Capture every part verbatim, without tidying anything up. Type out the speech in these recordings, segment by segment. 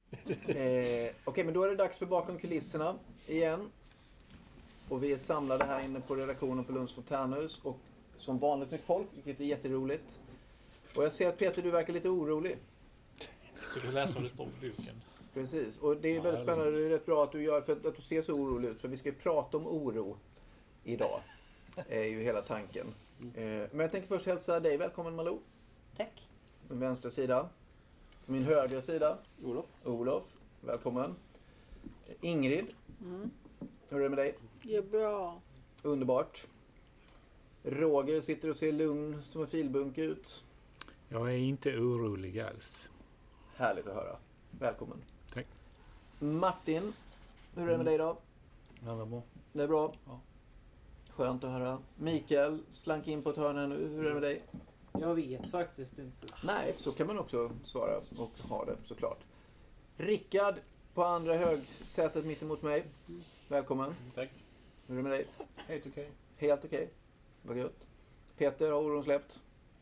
Okej, okay, men då är det dags för bakom kulisserna igen. Och vi är samlade här inne på redaktionen på Lunds Fontänhus. Och som vanligt med folk, vilket är jätteroligt. Och jag ser att Peter, du verkar lite orolig. Så du läser vad det står på boken. Precis, och det är väldigt ja, spännande. Det är rätt bra att du gör, för att du ser så orolig ut. För vi ska prata om oro idag. Är ju hela tanken. Mm. Men jag tänker först hälsa dig välkommen, Malou. Tack. Min vänstra sida. Min högra sida. Olof. Olof, välkommen. Ingrid. Mm. Hur är det med dig? Det är bra. Underbart. Roger sitter och ser lugn som en filbunk ut. Jag är inte orolig alls. Härligt att höra. Välkommen. Tack. Martin, hur är det med dig då? Ja, det är bra. Det är bra. Ja. Skönt att höra. Mikael, slank in på ett hörn nu. Hur är det med dig? Jag vet faktiskt inte. Nej, så kan man också svara och ha det såklart. Rickard på andra högsätet mitt emot mig. Välkommen. Tack. Hur är det med dig? Helt okej. Helt okej. Vad gött. Peter, har oron släppt?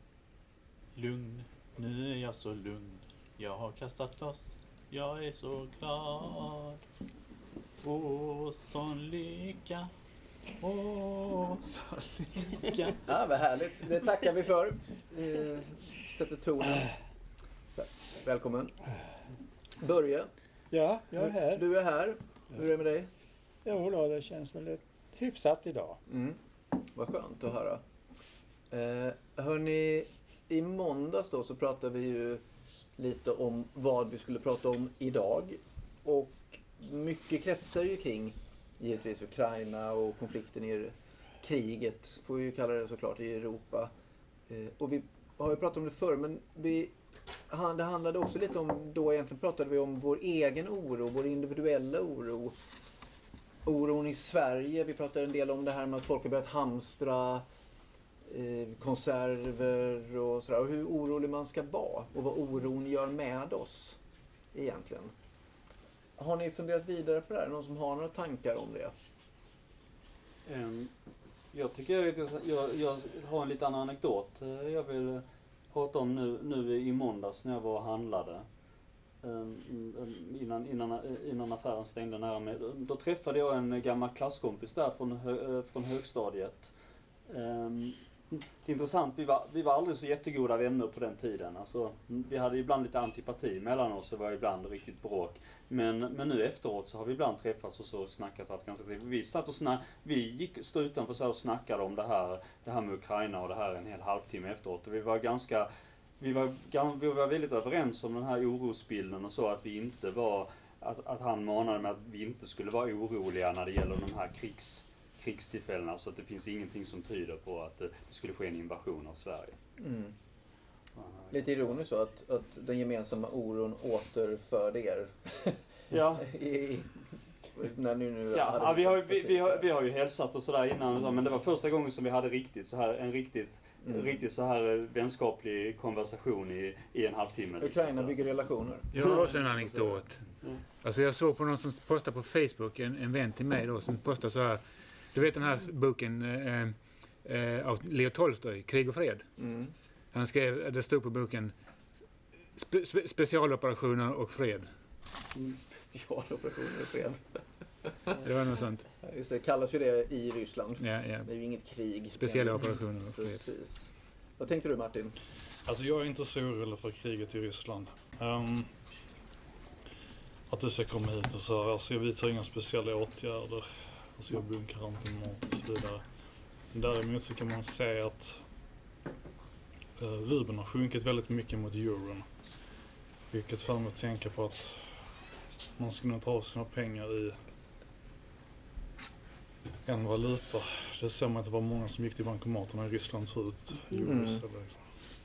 Lugn. Nu är jag så lugn. Jag har kastat loss. Jag är så glad. Åh, sån lycka. Åh, sån lycka. Ja, vad härligt. Det tackar vi för. Eh, sätter tonen. Så, välkommen. Börje. Ja, jag är här. Du är här. Hur är det med dig? Jo då, det känns väl hyfsat idag. Mm. Vad skönt att höra. Eh, hörni, i måndags då så pratade vi ju lite om vad vi skulle prata om idag. Och mycket kretsar ju kring givetvis Ukraina och konflikten i kriget, får vi ju kalla det såklart, i Europa. Eh, och vi har ju pratat om det förr, men vi, det handlade också lite om, då egentligen pratade vi om vår egen oro, vår individuella oro. Oron i Sverige, vi pratade en del om det här med att folk har börjat hamstra eh, konserver och sådär. Och hur orolig man ska vara och vad oron gör med oss egentligen. Har ni funderat vidare på det här? Någon som har några tankar om det? Um, jag tycker att jag, jag, jag har en lite annan anekdot. Jag vill prata om nu, nu i måndags när jag var och handlade. Um, innan, innan, innan affären stängde nära mig. Då träffade jag en gammal klasskompis där från, hö, från högstadiet. Um, det är intressant, vi var, vi var aldrig så jättegoda vänner på den tiden. Alltså, vi hade ibland lite antipati mellan oss och var ibland riktigt bråk. Men, men nu efteråt så har vi ibland träffats och så snackat att ganska trevligt. Vi satt och snack, vi gick stå utanför så här och snackade om det här, det här med Ukraina och det här en hel halvtimme efteråt. Och vi var ganska, vi var, vi var väldigt överens om den här orosbilden och så, att vi inte var, att, att han manade med att vi inte skulle vara oroliga när det gäller de här krigs krigstillfällena, så att det finns ingenting som tyder på att det skulle ske en invasion av Sverige. Mm. Lite ironiskt så att, att den gemensamma oron återförde er. Ja. I, när ni nu ja, ja vi, har, vi, vi, har, vi har ju hälsat och sådär innan, mm. men det var första gången som vi hade riktigt så här, en riktigt, mm. riktigt så här vänskaplig konversation i, i en halvtimme. Ukraina bygger relationer. Jag har också en anekdot. Mm. Alltså jag såg på någon som postade på Facebook, en, en vän till mig då, som postade så här. Du vet den här boken eh, eh, av Leo Tolstoj, Krig och fred. Mm. Han skrev, det stod på boken spe, spe, specialoperationer och fred. Mm, specialoperationer och fred. Det var något sånt. Just det, kallas ju det i Ryssland. Ja, ja. Det är ju inget krig. Speciella operationer och fred. Precis. Vad tänkte du, Martin? Alltså jag är inte så orolig för kriget i Ryssland. Um, att det ska komma hit och så. Alltså jag vidtar inga speciella åtgärder. Alltså jag bunkrar inte mat och så vidare. Däremot så kan man säga att uh, rubeln har sjunkit väldigt mycket mot euron. Vilket får mig att tänka på att man ska nog ta sina pengar i en valuta. Det ser man att det var många som gick till bankomaterna i Ryssland förut. Mm. Eller liksom.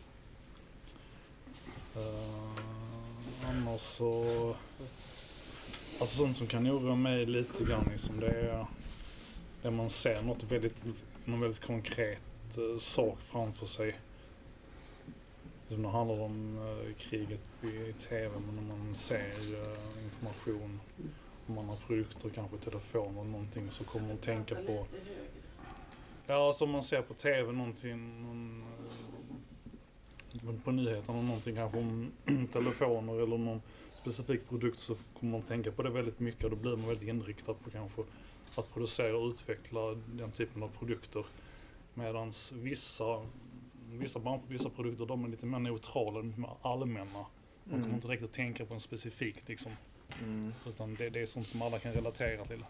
uh, annars så... Alltså sånt som kan oroa mig lite grann liksom, det är när man ser något väldigt, någon väldigt konkret uh, sak framför sig. Som det handlar om uh, kriget i tv, men när man ser uh, information, om man har produkter, kanske telefon eller någonting, så kommer man tänka på, ja, alltså om man ser på tv någonting, någon, uh, på nyheterna någonting kanske om telefoner eller någon specifik produkt så kommer man tänka på det väldigt mycket och då blir man väldigt inriktad på kanske att producera och utveckla den typen av produkter. Medan vissa, vissa, vissa produkter de är lite mer neutrala, lite mer allmänna. Man kommer Mm. inte direkt att tänka på en specifik liksom. Mm. Utan det, det är sånt som alla kan relatera till.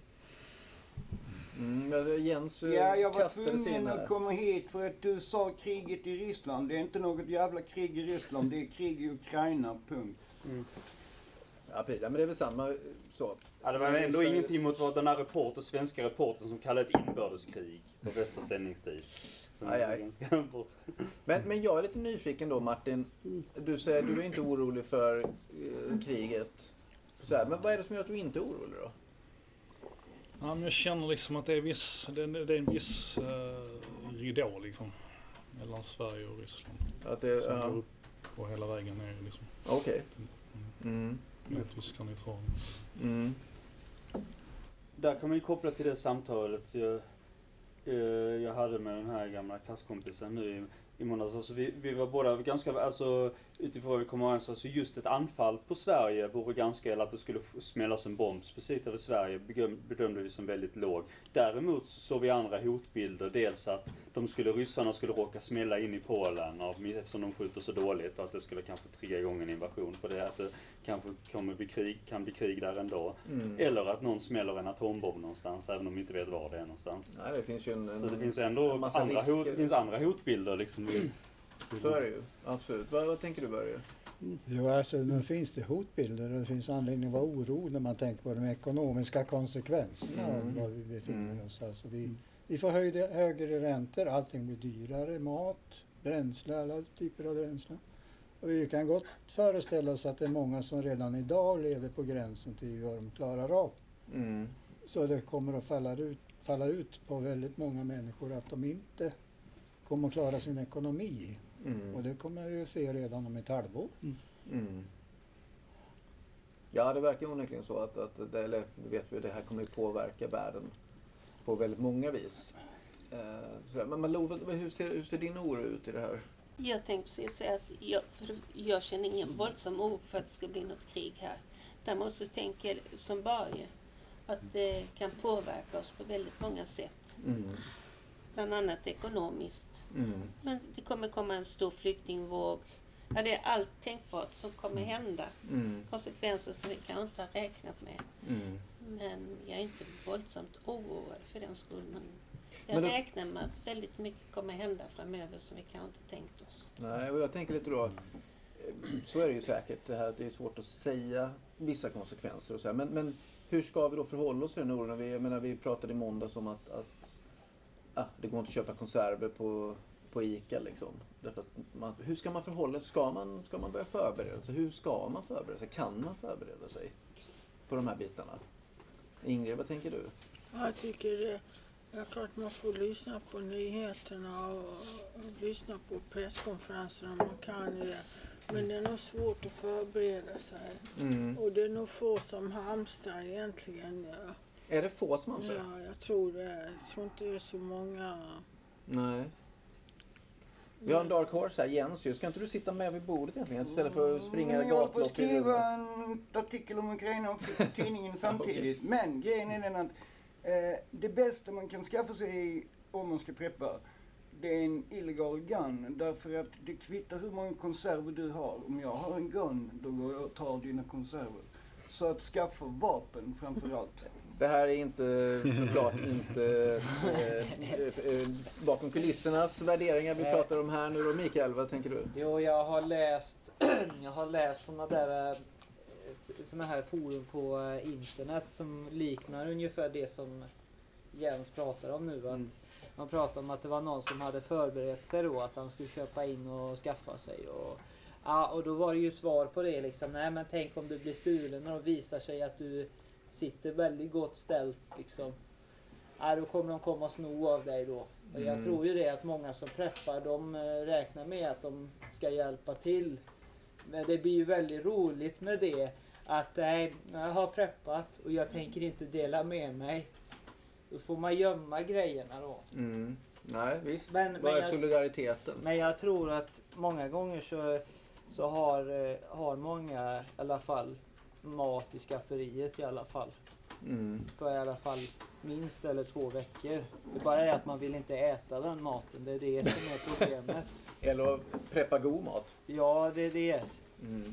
Mm, men Jens eh, Ja, jag var kastade sig in tvungen här. att komma hit för att du sa kriget i Ryssland. Det är inte något jävla krig i Ryssland, det är krig i Ukraina, punkt. Mm. Ja, precis. Ja, men det är väl samma så. Ja, det var Men ändå just- ingenting mot vad den här reporter, svenska reportern som kallade ett inbördeskrig på bästa sändningstid. Som Aj, är aj. ganska bort. Men, men jag är lite nyfiken då, Martin. Du säger att du är inte orolig för eh, kriget. Så här, men vad är det som gör att du inte är orolig då? Ja, men jag känner liksom att det är, viss, det, det är en viss uh, ridå liksom. Mellan Sverige och Ryssland. Att det, Som ja, går upp och hela vägen ner liksom. okej. Mm. Med Tyskland ifrån. Mm. Där kan man ju koppla till det samtalet jag, eh, jag hade med den här gamla klasskompisen nu i, i måndags. Alltså vi, vi var båda ganska, alltså utifrån vad vi kom överens, alltså just ett anfall på Sverige vore ganska, eller att det skulle f- smällas en bomb specifikt över Sverige bedöm, bedömde vi som väldigt låg. Däremot så såg vi andra hotbilder, dels att de skulle, ryssarna skulle råka smälla in i Polen av, eftersom de skjuter så dåligt och att det skulle kanske trigga igång en invasion på det, att det kanske kommer bli krig, kan bli krig där ändå. Mm. Eller att någon smäller en atombomb någonstans, även om vi inte vet var det är någonstans. Nej, det finns ju en, en Så det finns ändå en massa andra, risker. hot, det finns andra hotbilder liksom. Så är det ju. Absolut. Vad, vad tänker du, Börje? Jo, alltså nu finns det hotbilder och det finns anledning att vara orolig när man tänker på de ekonomiska konsekvenserna Mm. av var vi befinner Mm. oss. Alltså vi, vi får höjda, högre räntor, allting blir dyrare, mat, bränsle, alla typer av bränsle. Och vi kan gott föreställa oss att det är många som redan idag lever på gränsen till vad de klarar av. Mm. Så det kommer att falla ut, falla ut på väldigt många människor att de inte kommer att klara sin ekonomi. Mm. Och det kommer vi att se redan om ett halvår. Mm. Ja, det verkar onekligen så att, att det, eller det vet vi, det här kommer ju påverka världen på väldigt många vis. Eh, sådär. Men Malou, vad- hur ser, hur ser din oro ut i det här? Jag tänkte precis säga att jag, för jag känner ingen våldsam oro för att det ska bli något krig här. Däremot så tänker jag som Börje att det kan påverka oss på väldigt många sätt. Mm. Bland annat ekonomiskt. Mm. Men det kommer komma en stor flyktingvåg. Ja, det är allt tänkbart som kommer hända. Mm. Konsekvenser som vi kanske inte har räknat med. Mm. Men jag är inte våldsamt oroad för den skull. Men jag Men då- räknar med att väldigt mycket kommer hända framöver som vi kanske inte tänkt oss. Nej, och jag tänker lite då, eh, så är det ju säkert, det här att det är svårt att säga vissa konsekvenser och så här. Men, men hur ska vi då förhålla oss till den oron? Vi, jag menar, vi pratade i måndags om att, att ah, det går inte att köpa konserver på, på ICA liksom. Därför att man, hur ska man förhålla sig? Ska man, ska man börja förbereda sig? Hur ska man förbereda sig? Kan man förbereda sig på de här bitarna? Ingrid, vad tänker du? Jag tycker det är klart man får lyssna på nyheterna och, och lyssna på presskonferenserna om man kan det. Men det är nog svårt att förbereda sig. Mm. Och det är nog få som hamstrar egentligen. Ja, Är det få som anser? ja jag tror det. Jag tror inte det är så många. Nej. Vi har en dark horse här, Jens. Ska inte du sitta med vid bordet egentligen istället för att springa Men jag håller på att gatlopp i skriva rummet? en artikel om Ukraina också på tidningen samtidigt. Men grejen är den att eh, det bästa man kan skaffa sig om man ska preppa, det är en illegal gun. Därför att det kvittar hur många konserver du har. Om jag har en gun, då går jag och tar dina konserver. Så att skaffa vapen framförallt. Det här är inte såklart inte eh, eh, bakom kulissernas värderingar vi pratar om här nu då. Mikael, vad tänker du? Jo, jag har läst jag har läst såna där eh, såna här forum på eh, internet som liknar ungefär det som Jens pratar om nu. Att Mm. man pratar om att det var någon som hade förberett sig då att han skulle köpa in och skaffa sig. Och, ja, och då var det ju svar på det liksom. Nej, men tänk om du blir stulen och det visar sig att du sitter väldigt gott ställt liksom. Ja, då kommer de komma och sno av dig då. Och jag Mm. tror ju det att många som preppar, de eh, räknar med att de ska hjälpa till. Men det blir ju väldigt roligt med det. Att nej, jag har preppat och jag tänker inte dela med mig. Då får man gömma grejerna då. Mm. Nej, visst. Men, Vad men, är jag, solidariteten? men jag tror att många gånger så, så har, eh, har många i alla fall mat i skafferiet i alla fall. Mm. För i alla fall minst eller två veckor. Det bara är att man vill inte äta den maten. Det är det som är problemet. Eller att preppa god mat. Ja, det är det. Mm.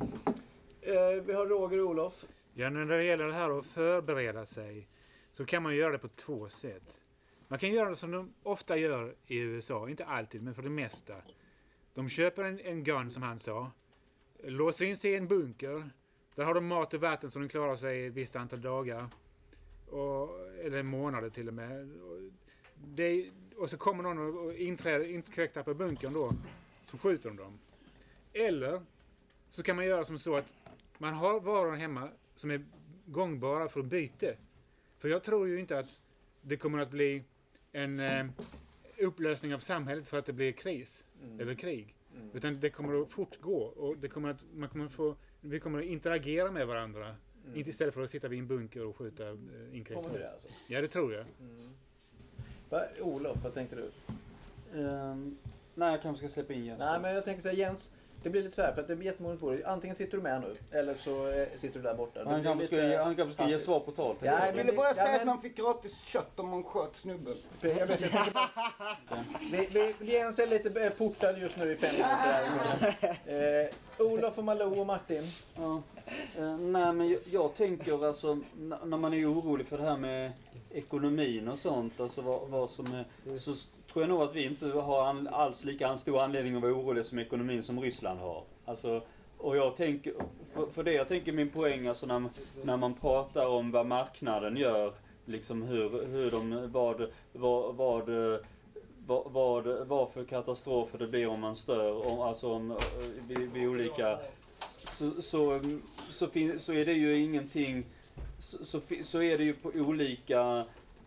Eh, vi har Roger och Olof. Ja, när det gäller det här att förbereda sig så kan man göra det på två sätt. Man kan göra det som de ofta gör i U S A, inte alltid men för det mesta. De köper en, en gun som han sa, låser in sig i en bunker, där har de mat och vatten som de klarar sig ett visst antal dagar. Och, eller månader till och med. Och, det, och så kommer någon och inträder, inkräktar på bunkern då, så skjuter de dem. Eller så kan man göra som så att man har varor hemma som är gångbara för byte. För jag tror ju inte att det kommer att bli en eh, upplösning av samhället för att det blir kris mm. eller krig. Mm. Utan det kommer att fortgå och det kommer att, man kommer att få, vi kommer att interagera med varandra. Mm. Inte istället för att sitta vid en bunker och skjuta eh, inkräktare. Kommer det alltså? Ja, det tror jag. Mm. Va, Olof, vad tänkte du? Um, nej, jag kanske ska släppa in Jens. Nej, men jag tänker säga Jens. Det blir lite så här, för att det blir jättemånga på det. Antingen sitter du med nu, eller så eh, sitter du där borta. Han kanske ska, lite... han kanske ska ge svar på tal. Ja, jag ville bara ja, säga men... att man fick gratis kött om man sköt snubben. Jag vet, jag bara... vi, vi, Jens är lite portad just nu i fem minuter. eh, Olof och Malou och Martin. Ja. Uh, nej, men jag, jag tänker alltså, n- när man är orolig för det här med ekonomin och sånt, alltså vad, vad som är, så tror jag nog att vi inte har an, alls lika stor anledning att vara oroliga som ekonomin som Ryssland har. Alltså, och jag tänker, för, för det jag tänker min poäng, alltså när, när man pratar om vad marknaden gör, liksom hur, hur de, vad, vad, vad, vad, vad, vad för katastrofer det blir om man stör, om, alltså om, vid, vid olika, så, så, så, fin, så är det ju ingenting, så, så, så är det ju på olika,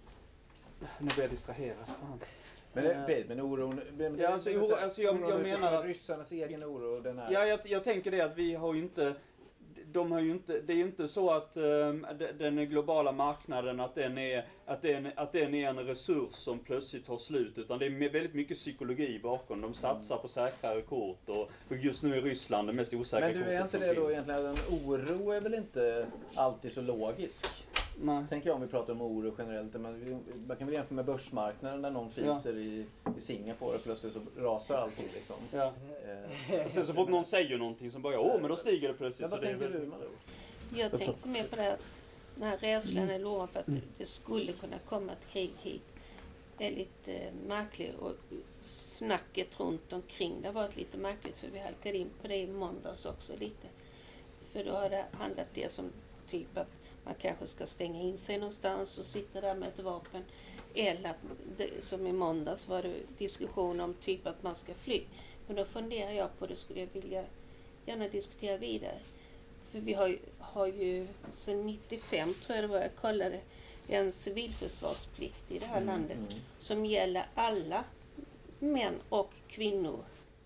nu blir jag distraherad, fan. Men det, men oron, men ja, alltså, oro, alltså jag, jag menar att ryssarnas egen oro, den här... Ja, jag, jag tänker det att vi har ju inte, de har ju inte, det är ju inte så att um, den globala marknaden, att den är, att den, att den är en resurs som plötsligt tar slut, utan det är väldigt mycket psykologi bakom. De satsar på säkrare kort och just nu är Ryssland det mest osäkra kortet. Men du, är inte det då egentligen, en oro är väl inte alltid så logisk? Nej. Tänker jag om vi pratar om oro generellt. Man, man kan väl jämföra med börsmarknaden där någon fiser ja. i, i Singapore och plötsligt så rasar allting liksom. Ja. Eh. Sen så fort någon säger någonting som börjar, åh men då stiger det plötsligt. Men vad så tänkte det är du, Malou? Jag tänkte mer på det att den här rädslan är låg för att det skulle kunna komma ett krig hit. Det är lite eh, märkligt och snacket runt omkring det har varit lite märkligt för vi halkade in på det i måndags också lite. För då har det handlat det som typ att man kanske ska stänga in sig någonstans och sitta där med ett vapen. Eller att, det, som i måndags var det diskussion om typ att man ska fly. Men då funderar jag på, det skulle jag vilja gärna diskutera vidare. För vi har ju, har ju sedan nittiofem tror jag det var, jag kollade, en civilförsvarsplikt i det här mm, landet. Mm. Som gäller alla män och kvinnor.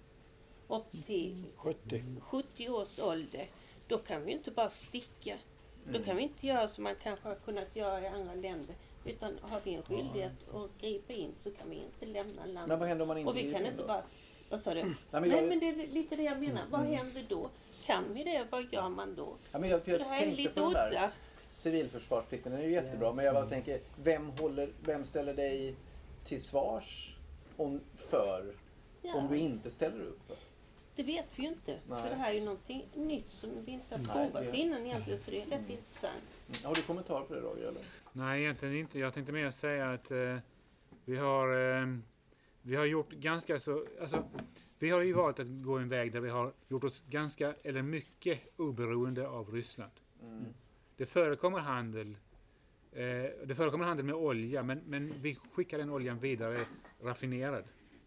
Upp till sjuttio. sjuttio års ålder. Då kan vi inte bara sticka. Då kan vi inte göra som man kanske har kunnat göra i andra länder. Utan har vi en skyldighet att gripa in så kan vi inte lämna landet. Men vad händer om man inte Och vi kan inte då? bara... Vad sa du? Nej, Nej, men, jag... men det är lite det jag menar. Vad händer då? Kan vi det? Vad gör man då? Ja, men jag, jag det här är tänkte lite på den där udda. civilförsvarsplikten, den är ju jättebra. Men jag bara tänker, vem, håller, vem ställer dig till svars om, för Ja. om du inte ställer upp? Det vet vi ju inte. Nej. För det här är ju någonting nytt som vi inte har Nej, provat det- innan egentligen. Så det är rätt Mm. intressant. Har du kommentar på det, Roger? Eller? Nej, egentligen inte. Jag tänkte mer säga att eh, vi har eh, vi har gjort ganska så, alltså vi har ju valt att gå en väg där vi har gjort oss ganska eller mycket oberoende av Ryssland. Mm. Det förekommer handel eh, det förekommer handel med olja, men, men vi skickar den oljan vidare raffinerad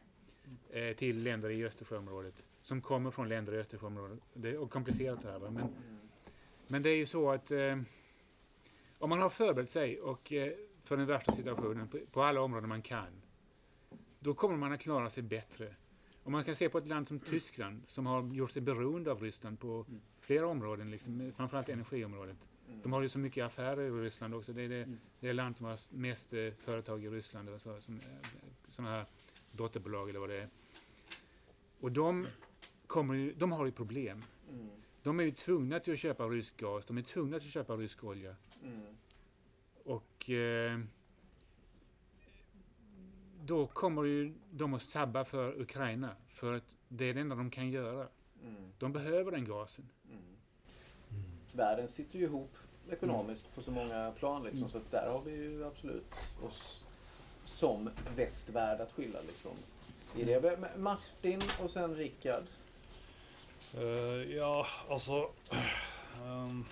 eh, till länder i Östersjöområdet som kommer från länder i Östersjöområdet. Det är komplicerat det här, va? Men, men det är ju så att eh, om man har förberett sig och eh, för den värsta situationen på, på alla områden man kan, då kommer man att klara sig bättre. Om man kan se på ett land som Tyskland som har gjort sig beroende av Ryssland på flera områden, liksom, framförallt energiområdet. De har ju så mycket affärer i Ryssland också. Det är det, det är land som har mest eh, företag i Ryssland, och så, som, eh, sådana här dotterbolag eller vad det är. Och de, kommer ju, de har ju problem. Mm. De är ju tvungna till att köpa rysk gas, de är tvungna till att köpa rysk olja. Mm. Och eh, då kommer ju de att sabba för Ukraina, för att det är det enda de kan göra. Mm. De behöver den gasen. Mm. Världen sitter ju ihop ekonomiskt mm. på så många plan liksom, mm. så att där har vi ju absolut oss som västvärld att skylla liksom. I det. Martin och sen Rickard. Uh, ja, alltså, um,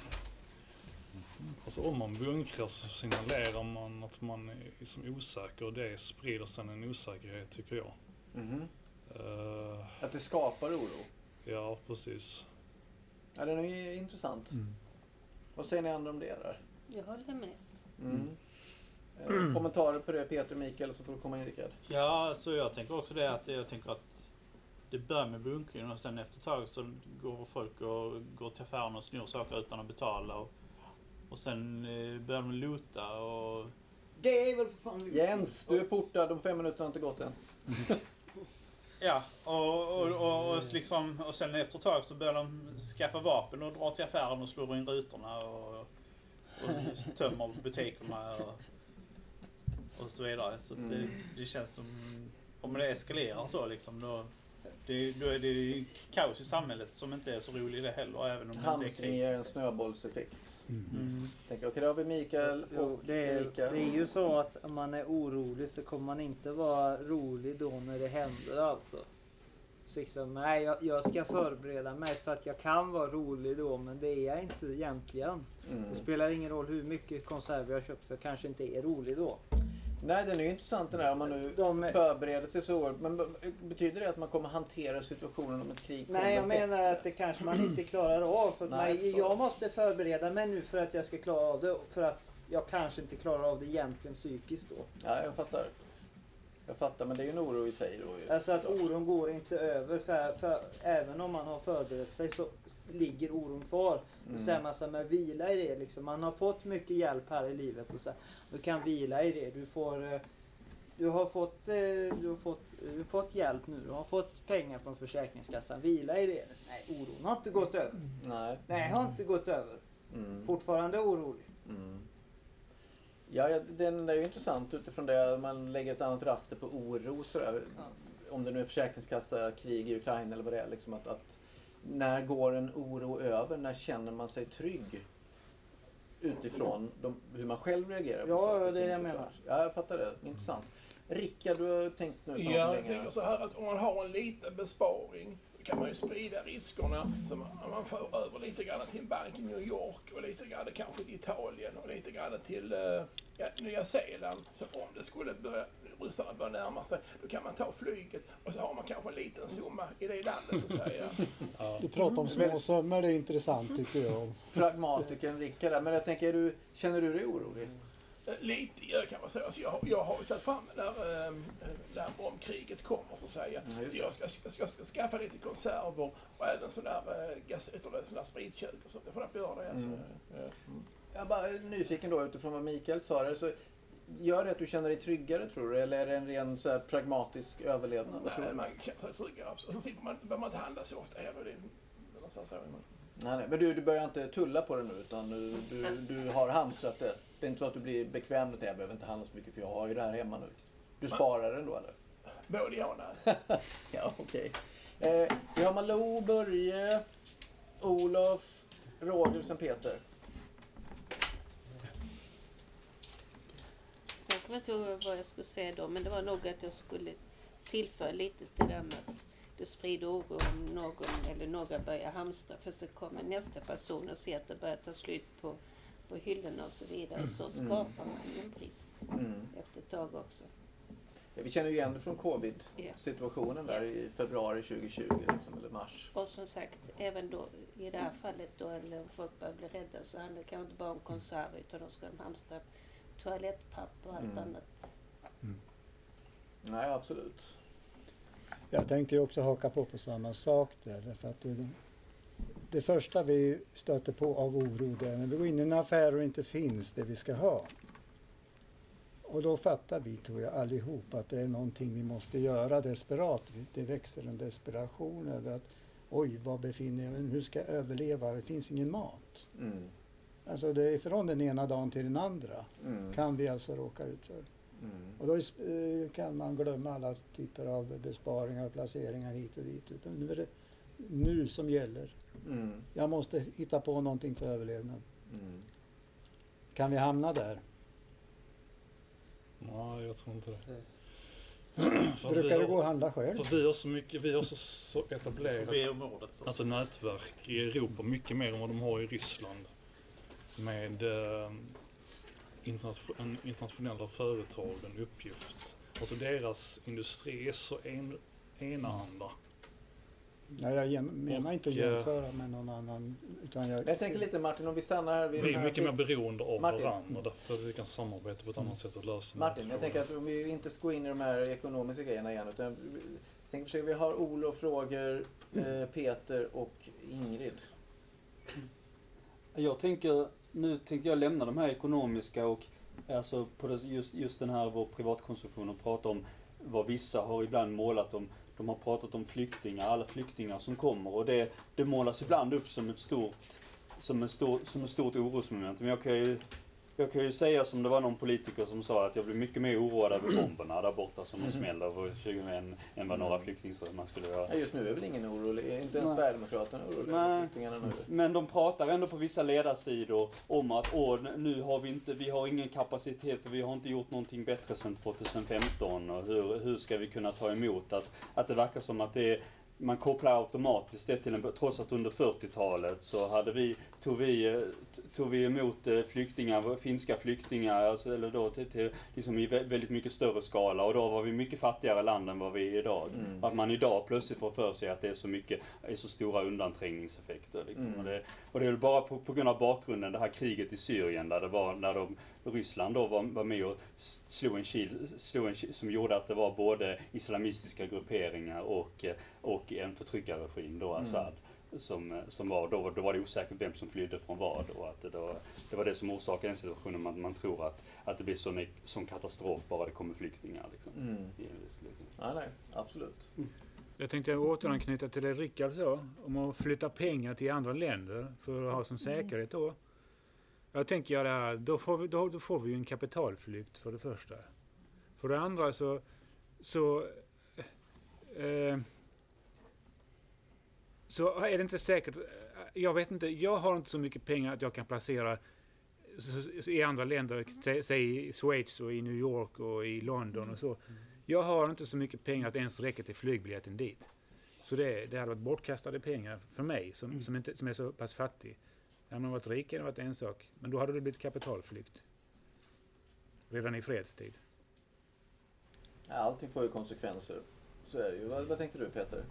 alltså om man bunkrar så signalerar man att man är som osäker och det sprider sedan en osäkerhet tycker jag. Mm. Uh, att det skapar oro? Ja, precis. Ja, det är ju intressant. Mm. Vad säger ni andra om det där? Jag håller med. Mm. Mm. Kommentarer på det Peter och Mikael, så får du komma in Rickard. Ja, så jag tänker också det att jag tänker att det börjar med bunkring och sen efter ett tag så går folk och går till affären och snor saker utan att betala och, och sen eh, börjar de luta och... Det är väl för fan... Jens, du är portad, de fem minuterna har inte gått än. Ja, och, och, och, och, liksom, och sen efter ett tag så börjar de skaffa vapen och dra till affären och slå in rutorna och, och tömmer butikerna och, och så vidare. Så mm. det, det känns som, om det eskalerar så liksom, då, det, då är det kaos i samhället som inte är så roligt det heller, även om det inte är krig. ger en snöbollseffekt. Mm. Mm. Okej, okay, då har vi Mikael och jo, det, är, Mikael. det är ju så att om man är orolig så kommer man inte vara rolig då när det händer alltså. Så liksom, nej, jag, jag ska förbereda mig så att jag kan vara rolig då, men det är jag inte egentligen. Mm. Det spelar ingen roll hur mycket konserver jag köpt för jag kanske inte är rolig då. Nej, den är ju intressant den här om man nu De... förbereder sig så. Men betyder det att man kommer hantera situationen om ett krig? Nej, jag menar att det kanske man inte klarar av. För Nej, mig, jag måste förbereda mig nu för att jag ska klara av det. För att jag kanske inte klarar av det egentligen psykiskt då. Ja, jag fattar. Jag fattar, men det är ju en oro i sig då ju. Alltså att oron går inte över. För, för även om man har förberett sig så ligger oron kvar. Mm. Så säger man så här, men vila i det liksom. Man har fått mycket hjälp här i livet och så här, du kan vila i det. Du får du har fått du har fått du har fått hjälp nu. Du har fått pengar från Försäkringskassan. Vila i det. Nej, oron har inte gått över. Nej. Nej, har inte gått över. Mm. Fortfarande orolig. Mm. Ja, ja, den är ju intressant utifrån det man lägger ett annat raster på oro sådär. Ja. Om det nu är försäkringskassa, krig i Ukraina eller vad det är liksom att, att när går en oro över? När känner man sig trygg? Utifrån de, hur man själv reagerar på ja, saker. Ja, det är det jag menar. Ja, jag fattar det. Intressant. Rickard, du har tänkt nu på Ja, jag tänker så här att om man har en liten besparing kan man ju sprida riskerna så man, man får över lite grann till en bank i New York och lite grann kanske till Italien och lite grann till uh, ja, Nya Zeeland. Så om det skulle börja, ryssarna börja närma sig, då kan man ta flyget och så har man kanske en liten summa i det landet så att säga. Ja. Du pratar om små summor, det är intressant tycker jag. Pragmatiken Rickard, men jag tänker, du, känner du dig orolig? Lite gör kan man säga. Alltså jag, jag har ju tagit fram när, äh, när om kriget kommer så att säga. Mm, så jag ska, ska, ska, ska skaffa lite konserver och även sådana där äh, gassetter och sådana spritkök och sånt. Jag får göra det. Alltså. Mm. Ja. Mm. Jag är bara nyfiken då utifrån vad Mikael sa där. Så gör det att du känner dig tryggare tror du? Eller är det en ren så här, pragmatisk överlevnad? Nej, man känner sig tryggare. Och så slipper man, behöver man inte handla så ofta heller. Det, det, så, nej, nej, men du, du börjar inte tulla på det nu utan du, du, du har hamstrat det. Det är inte så att du blir bekväm med det. Jag behöver inte handla så mycket för jag har ju det här hemma nu. Du sparar den då eller? Både ja och nej. Ja, okej. Okay. Eh, vi har Malou, Börje, Olof, Roger och Peter. Jag kommer inte ihåg vad jag skulle säga då, men det var nog att jag skulle tillföra lite till det med att det sprider oro om någon eller några börjar hamstra. För så kommer nästa person och ser att det börjar ta slut på, på hyllorna och så vidare. Så skapar man en brist mm. efter ett tag också. Ja, vi känner ju igen det från covid-situationen där i februari tjugohundratjugo liksom, eller mars. Och som sagt, även då i det här fallet då, eller om folk börjar bli rädda så handlar det kanske inte bara om konserver utan då ska de hamstra toalettpapper och allt mm. annat. Mm. Nej, absolut. Jag tänkte ju också haka på på samma sak där. Därför att det, det första vi stöter på av oro det är när vi går in i en affär och inte finns det vi ska ha. Och då fattar vi, tror jag, allihop att det är någonting vi måste göra desperat. Det växer en desperation över att oj, var befinner jag mig? Hur ska jag överleva? Det finns ingen mat. Mm. Alltså det är från den ena dagen till den andra Mm. kan vi alltså råka ut för. Mm. Och då eh, kan man glömma alla typer av besparingar och placeringar hit och dit. Utan nu är det nu som gäller. Mm. Jag måste hitta på någonting för överlevnad. Mm. Kan vi hamna där? Nej, jag tror inte det. För brukar du gå och handla själv? För vi har så mycket, vi har så, så etablerat Be om ordet för. alltså nätverk i Europa mycket mer än vad de har i Ryssland. Med eh, internation, internationella företag, en uppgift. Alltså deras industri är så en, enahanda. Ja, jag jäm, menar inte att Och, eh, jämföra med någon annan. Utan jag, Jag tänker lite Martin, om vi stannar här vid Vi den är här mycket mer beroende av Martin. varandra därför att vi kan samarbeta på ett annat sätt och lösa Martin, jag frågor. tänker att om vi inte ska gå in i de här ekonomiska grejerna igen, utan jag tänker försöka, vi har Olof, Frågor, eh, Peter och Ingrid. Jag tänker, nu tänkte jag lämna de här ekonomiska och alltså på det, just, just den här vår privatkonsumtion och prata om vad vissa har ibland målat om. De har pratat om flyktingar, alla flyktingar som kommer och det, det målas ibland upp som ett stort, som ett stort, som ett stort orosmoment. Men jag kan ju Jag kan ju säga som det var någon politiker som sa att jag blir mycket mer oroad över bomberna där borta som de smäller på tjugo än, än vad några flyktingströmmar skulle göra. Ja, just nu är väl ingen orolig, inte ens Nej. Sverigedemokraterna är oroliga över flyktingarna nu. Men de pratar ändå på vissa ledarsidor om att åh, nu har vi inte, vi har ingen kapacitet för vi har inte gjort någonting bättre sedan tjugohundrafemton och hur, hur ska vi kunna ta emot att, att det verkar som att det är, man kopplar automatiskt det till en, trots att under fyrtiotalet så hade vi, tog vi, tog vi emot flyktingar, finska flyktingar, alltså, eller då till, till liksom i väldigt mycket större skala och då var vi mycket fattigare land än vad vi är idag. Mm. Att man idag plötsligt får för sig att det är så mycket, är så stora undanträngningseffekter. Liksom. Mm. Och, det, och det är bara på, på grund av bakgrunden, det här kriget i Syrien där det var, när de, Ryssland då var, var med och slog en kil, slog en kil som gjorde att det var både islamistiska grupperingar och, och en förtryckarregim då, Assad. Mm. Som, som var, då, då var det osäkert vem som flydde från vad och att det, då, det var det som orsakade den situationen man, man tror att, att det blir sån, sån katastrof bara det kommer flyktingar. Liksom. Mm. Liksom. Ja, nej, absolut. Mm. Jag tänkte återanknyta till det Rickard sa om att flytta pengar till andra länder för att ha som säkerhet då. Jag tänker jag det här, då får vi, då, då får vi ju en kapitalflykt för det första. För det andra så, så, eh, så är det inte säkert, jag vet inte, jag har inte så mycket pengar att jag kan placera i andra länder, säg i Schweiz och i New York och i London och så. Jag har inte så mycket pengar att ens räcka till flygbiljetten dit. Så det, det hade varit bortkastade pengar för mig som, mm. som, inte, som är så pass fattig. Hade man varit rik hade det varit en sak. Men då hade det blivit kapitalflykt. Redan i fredstid. Ja, allting får ju konsekvenser. Så är det ju. Vad, vad tänkte du, Peter?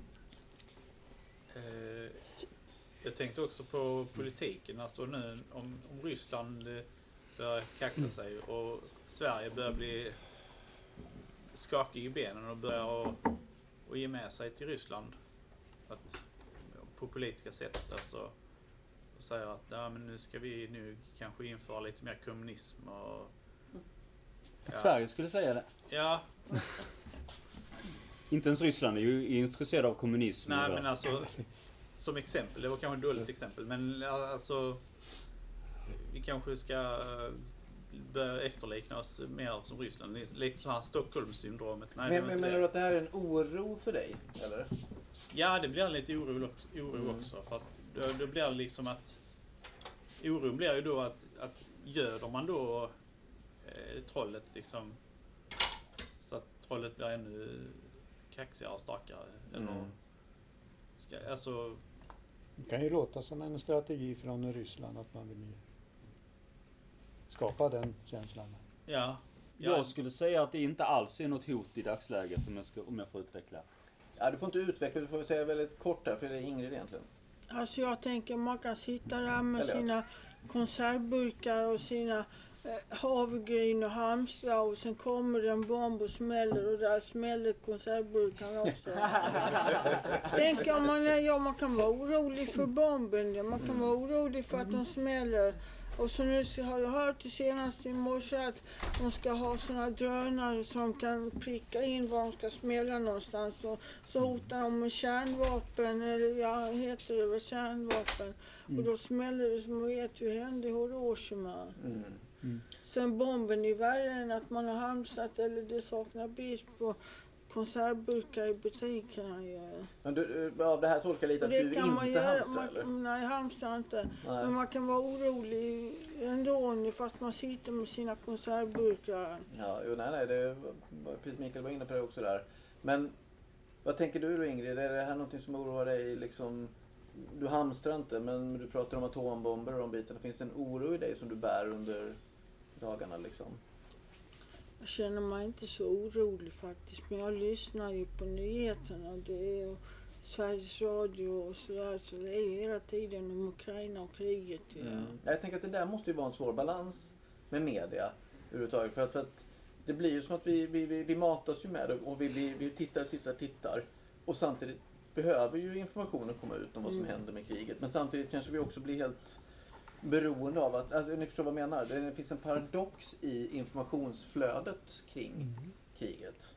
Eh, jag tänkte också på politiken. Alltså nu om, om Ryssland börjar kaxa sig och Sverige börjar bli skakig i benen och börjar och, och ge med sig till Ryssland. Att, på politiska sätt. Alltså, och säger att ja, men nu ska vi nu kanske införa lite mer kommunism. Och, Att ja. Sverige skulle säga det? Ja. Inte ens Ryssland är ju intresserad av kommunism. Nej, men alltså som exempel, det var kanske ett dåligt exempel, men alltså vi kanske ska börja efterlikna oss mer som Ryssland. Lite så här Stockholmssyndromet. Nej, men men menar du att det här är en oro för dig, eller? Ja, det blir lite oro, oro mm. också. För att då, då blir det liksom att oron blir ju då att, att göder man då eh, trollet liksom så att trollet blir ännu kaxigare och starkare. Mm. Eller, ska, alltså, det kan ju låta som en strategi från Ryssland att man vill skapa den känslan. Ja. Jag ja. skulle säga att det inte alls är något hot i dagsläget om jag, ska, om jag får utveckla. Ja, du får inte utveckla, du får säga väldigt kort där för det är Ingrid egentligen. Alltså jag tänker man kan sitta där med sina konservburkar och sina eh, havregryn och hamstrar och sen kommer det en bomb och smäller och där smäller konservburkarna också. Tänk om man, ja, man kan vara orolig för bomben, man kan vara orolig för att de smäller Och så nu har jag hört det senast i morse att de ska ha såna drönare som kan pricka in var de ska smälla någonstans. Och så hotar de med kärnvapen, eller ja, heter det väl kärnvapen. Mm. Och då smäller det, som man vet ju hände i Hiroshima. Mm. Mm. Sen bomben är värre än att man har hamstrat eller det saknar brist på konservburkar i butikerna. Ja. Men du, av det här tolkar lite att du inte hamstrar, eller? Nej, hamstrar inte. Nej. Men man kan vara orolig ändå fast man sitter med sina konservburkar. Ja, jo, nej, nej, det var precis Mikael var inne på det också där. Men vad tänker du då, Ingrid? Är det här någonting som oroar dig liksom? Du hamstrar inte, men du pratar om atombomber och de bitarna. Finns det en oro i dig som du bär under dagarna liksom? Jag känner mig inte så orolig faktiskt, men jag lyssnar ju på nyheterna. Det är ju Sveriges Radio och sådär, så det är ju hela tiden om Ukraina och kriget. Ja. Mm. Jag tänker att det där måste ju vara en svår balans med media överhuvudtaget. För att, för att det blir ju som att vi, vi, vi, vi matas ju med det och vi, vi, vi tittar, tittar, tittar. Och samtidigt behöver ju informationen komma ut om vad som mm. händer med kriget. Men samtidigt kanske vi också blir helt beroende av att, alltså, ni förstår vad jag menar, det finns en paradox i informationsflödet kring mm. kriget.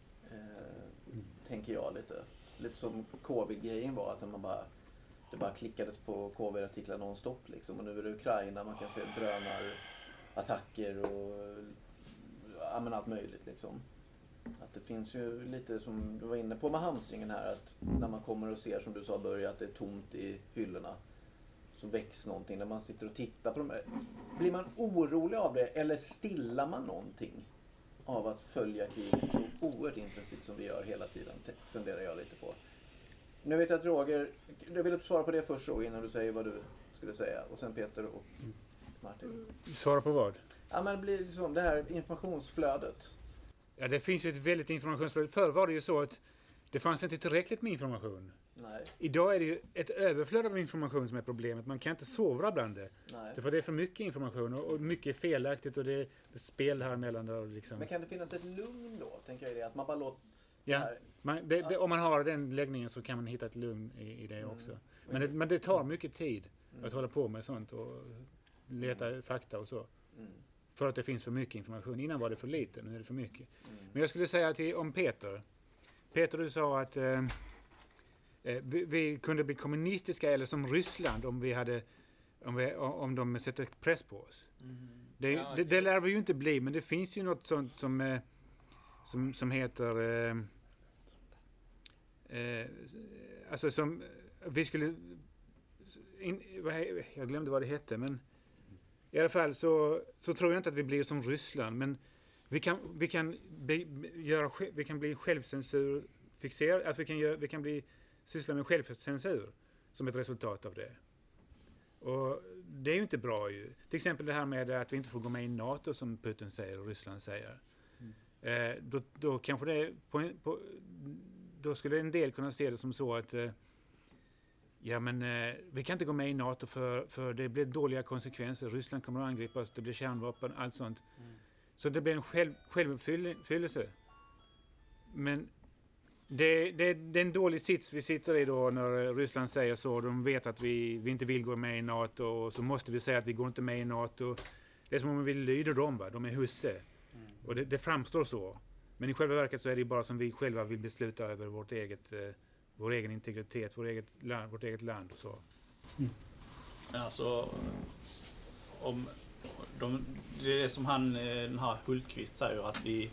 Eh, mm. Tänker jag lite. Lite som covid-grejen var, att man bara, det bara klickades på covid-artiklar nonstop liksom. Och nu är det Ukraina, man kan se drönarattacker och ja, men allt möjligt liksom. Att det finns ju lite som du var inne på med hamstringen här, att när man kommer och ser, som du sa börja, att det är tomt i hyllorna, så väcks någonting när man sitter och tittar på dem. Blir man orolig av det eller stillar man någonting av att följa kriget så oerhört intensivt som vi gör hela tiden? Funderar jag lite på. Nu vet jag att Roger, jag vill svara på det först så innan du säger vad du skulle säga. Och sen Peter och Martin. Svara på vad? Ja, men det blir liksom det här informationsflödet. Ja, det finns ju ett väldigt informationsflöde. Förr var det ju så att det fanns inte tillräckligt med information. Nej. Idag är det ju ett överflöd av information som är problemet. Man kan inte sovra bland det. Nej. För det är för mycket information och mycket är felaktigt och det är spel här mellan det. Liksom. Men kan det finnas ett lugn då, tänker jag i det? Att man bara låter... Ja, man, det, det, om man har den läggningen så kan man hitta ett lugn i, i det också. Mm. Men, det, men det tar mycket tid mm. att hålla på med sånt och leta mm. fakta och så. Mm. För att det finns för mycket information. Innan var det för lite, nu är det för mycket. Mm. Men jag skulle säga till, om Peter. Peter, du sa att eh, vi, vi kunde bli kommunistiska eller som Ryssland om vi hade om, vi, om de sätter press på oss. Mm. Det, ja, okay. det, det lär vi ju inte bli, men det finns ju något sånt som eh, som, som heter eh, eh, alltså som vi skulle in, jag glömde vad det hette, men i alla fall så, så tror jag inte att vi blir som Ryssland, men vi kan, vi kan, be, göra, vi kan bli självcensur fixerade, att vi kan, göra, vi kan bli syssla med självcensur som ett resultat av det. Och det är ju inte bra ju. Till exempel det här med att vi inte får gå med i NATO som Putin säger och Ryssland säger. Mm. Eh, då, då kanske det på, på, då skulle en del kunna se det som så att eh, ja, men eh, vi kan inte gå med i NATO för, för det blir dåliga konsekvenser. Ryssland kommer att angripa oss, det blir kärnvapen, allt sånt. Mm. Så det blir en själv, självuppfyllelse. Men det, det, det är en dålig sits vi sitter i då när Ryssland säger så. De vet att vi, vi inte vill gå med i NATO och så måste vi säga att vi går inte med i NATO. Det är som om vi lyder dem, va? De är husse. Mm. Och det, det framstår så. Men i själva verket så är det bara som vi själva vill besluta över vårt eget... Eh, vår egen integritet, vår eget land, vårt eget land och så. Mm. Alltså, om de, det är det som han, den här Hultqvist säger, att vi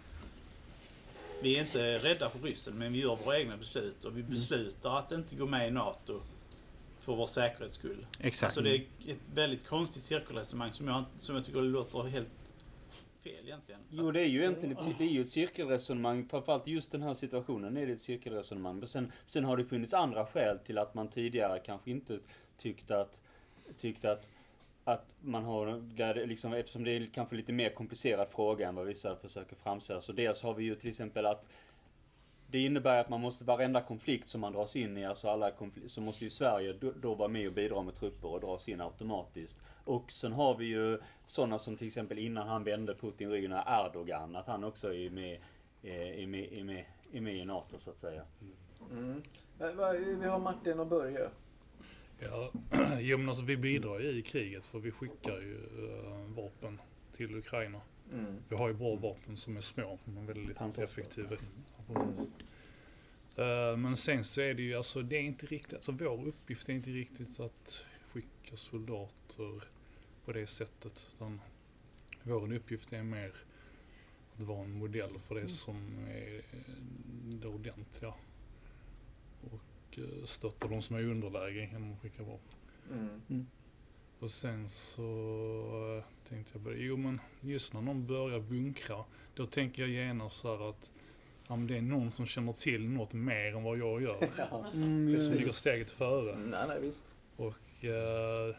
vi är inte rädda för Ryssland, men vi gör våra egna beslut och vi beslutar mm. att inte gå med i NATO för vår säkerhets skull. Exakt. Alltså det är ett väldigt konstigt cirkelresonemang som jag, som jag tycker låter helt fel egentligen. Jo, det är ju egentligen ett, det är ju ett cirkelresonemang. Framförallt just den här situationen är det ett cirkelresonemang. Men sen, sen har det funnits andra skäl till att man tidigare kanske inte tyckte att, tyckte att, att man har, liksom, eftersom det är kanske lite mer komplicerad fråga än vad vissa försöker framställa. Så dels har vi ju till exempel att det innebär att man måste, varenda konflikt som man dras in i, alltså alla konflikter, så måste ju Sverige då, då vara med och bidra med trupper och dras in automatiskt. Och sen har vi ju sådana som till exempel innan han vände Putin ryggen, Erdogan, att han också är med, är med, är med, är med i NATO så att säga. Mm. Mm. Vi har Martin och Börje. Ja, jo, men alltså vi bidrar ju i kriget för vi skickar ju uh, vapen till Ukraina. Mm. Vi har ju bra vapen som är små men väldigt effektiva. Ja, Mm. uh, men sen så är det ju, alltså det är inte riktigt, alltså vår uppgift är inte riktigt att skicka soldater på det sättet. Utan vår uppgift är mer att vara en modell för det som är det ordentliga. Och uh, stötta de som är i underläge genom att skicka vapen. Mm. Mm. Och sen så uh, tänkte jag bara, jo men just när någon börjar bunkra, då tänker jag genast så här att om det är någon som känner till något mer än vad jag gör. Mm, det som ligger steget före. Mm, nej, nej, visst. Och uh,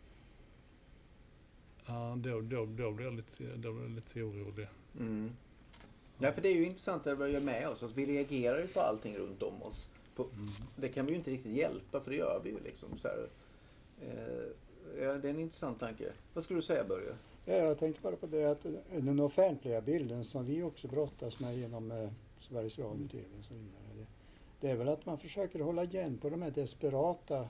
uh, då, då, då blir jag lite, då blir jag lite orolig. Mm. Ja, för det är ju intressant det vi gör med oss. Alltså, vi reagerar ju på allting runt om oss. På, Mm. det kan vi ju inte riktigt hjälpa, för det gör vi ju liksom. Så här. Eh, ja, det är en intressant tanke. Vad skulle du säga, Börje? Ja, jag tänkte bara på det att den offentliga bilden som vi också brottas med genom eh, Sveriges Radio, T V och så vidare. Det, det är väl att man försöker hålla igen på de här desperata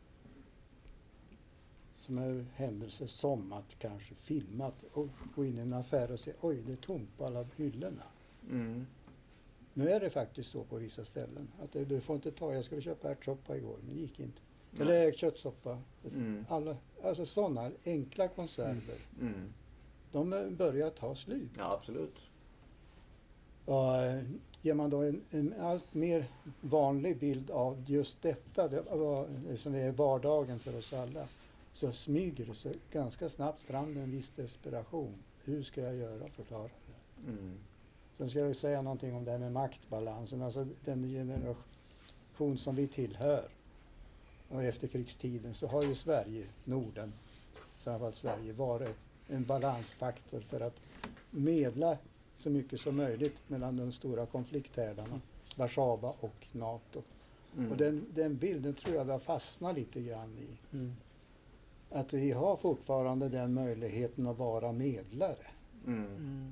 som är händelser som att kanske filma och gå in i en affär och se oj, det är tomt på alla hyllorna. Mm. Nu är det faktiskt så på vissa ställen att det, du får inte ta, jag skulle köpa ärtsoppa igår men det gick inte. Eller köttsoppa. Mm. Alla, alltså sådana enkla konserver. Mm. De börjar ta slut. Ja, absolut. Och eh, ger man då en, en allt mer vanlig bild av just detta, det, var, det som är vardagen för oss alla, så smyger det sig ganska snabbt fram med en viss desperation. Hur ska jag göra? Förklara det. Mm. Sen ska jag säga någonting om det här med maktbalansen, alltså den generation som vi tillhör. Och efter krigstiden så har ju Sverige, Norden, framförallt Sverige, varit en balansfaktor för att medla så mycket som möjligt mellan de stora konflikthärdarna, Warszawa och NATO. Mm. Och den, den bilden tror jag vi har fastnat lite grann i. Mm. Att vi har fortfarande den möjligheten att vara medlare. Mm. Mm.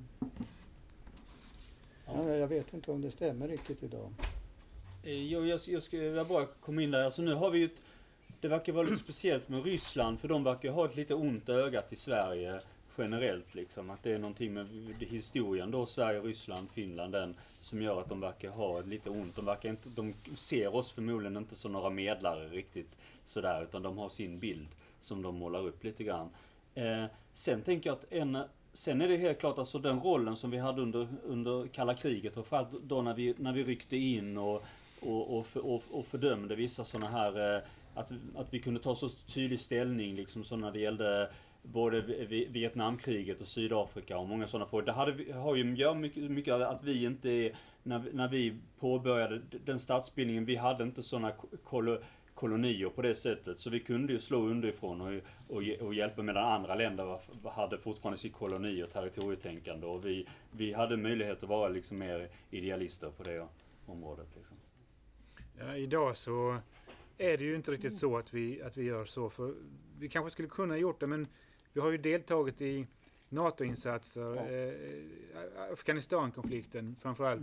Ja. Jag vet inte om det stämmer riktigt idag. Eh, Jo, jag, jag skulle bara komma in där. Alltså nu har vi ju ett, det verkar vara lite speciellt med Ryssland, för de verkar ha ett lite ont öga till Sverige generellt liksom. Att det är någonting med historien då, Sverige, Ryssland, Finland, den som gör att de verkar ha lite ont. De verkar inte, de ser oss förmodligen inte som några medlare riktigt sådär, utan de har sin bild som de målar upp lite grann. Eh, sen tänker jag att en Sen är det helt klart alltså den rollen som vi hade under, under kalla kriget, och framförallt då när vi, när vi ryckte in och, och, och, och, och fördömde vissa sådana här, eh, att, att vi kunde ta så tydlig ställning liksom, så när det gällde både Vietnamkriget och Sydafrika och många sådana frågor. Det hade vi, har ju gör mycket, mycket att vi inte, när, när vi påbörjade den statsbildningen, vi hade inte sådana kol, kolonier på det sättet, så vi kunde ju slå underifrån och, och, och hjälpa, medan andra länder var, hade fortfarande sitt koloni och territorietänkande, och vi, vi hade möjlighet att vara liksom mer idealister på det området. Liksom. Ja, idag så är det ju inte riktigt så att vi, att vi gör så, för vi kanske skulle kunna gjort det, men vi har ju deltagit i NATO-insatser, Ja. eh, Afghanistan-konflikten framförallt.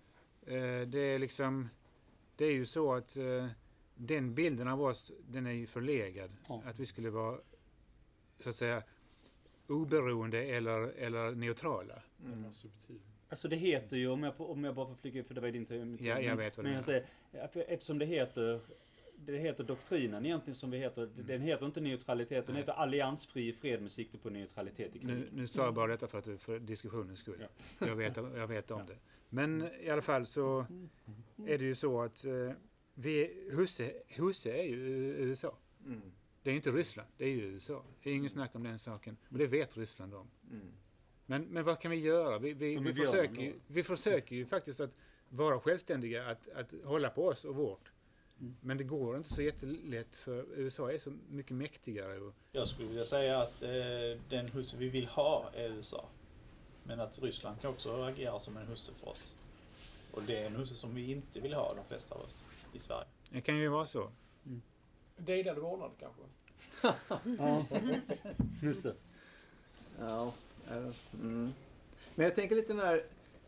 Mm. Eh, det är liksom, det är ju så att eh, den bilden av oss, den är ju förlegad. Ja. Att vi skulle vara, så att säga, oberoende eller, eller neutrala. Mm. Alltså det heter ju, om jag, om jag bara får flyga, för det var inte mycket. Ja, jag vet vad det men jag säger, eftersom det heter, det heter doktrinen egentligen som vi heter, mm. den heter inte neutralitet, den heter alliansfri fred med sikte på neutralitet i krig. Nu, nu sa jag bara detta för, att, för diskussionens skull. Ja. Jag vet, jag vet om ja. det. Men i alla fall så är det ju så att eh, vi, Husse, Husse är ju U S A. Mm. Det är inte Ryssland, det är ju U S A. Det är ingen snack om den saken. Och det vet Ryssland om. Mm. Men, men vad kan vi göra? Vi, vi, vi, vi, försöker, ju, vi försöker ju faktiskt att vara självständiga, att, att hålla på oss och vårt. Mm. Men det går inte så jättelätt, för U S A är så mycket mäktigare. Och jag skulle vilja säga att eh, den husse vi vill ha är U S A. Men att Ryssland kan också agera som en husse för oss. Och det är en husse som vi inte vill ha, de flesta av oss i Sverige. Det kan ju vara så. Mm. Delade vårdnad kanske. Ja, just det. Ja, mm. Men jag tänker lite när,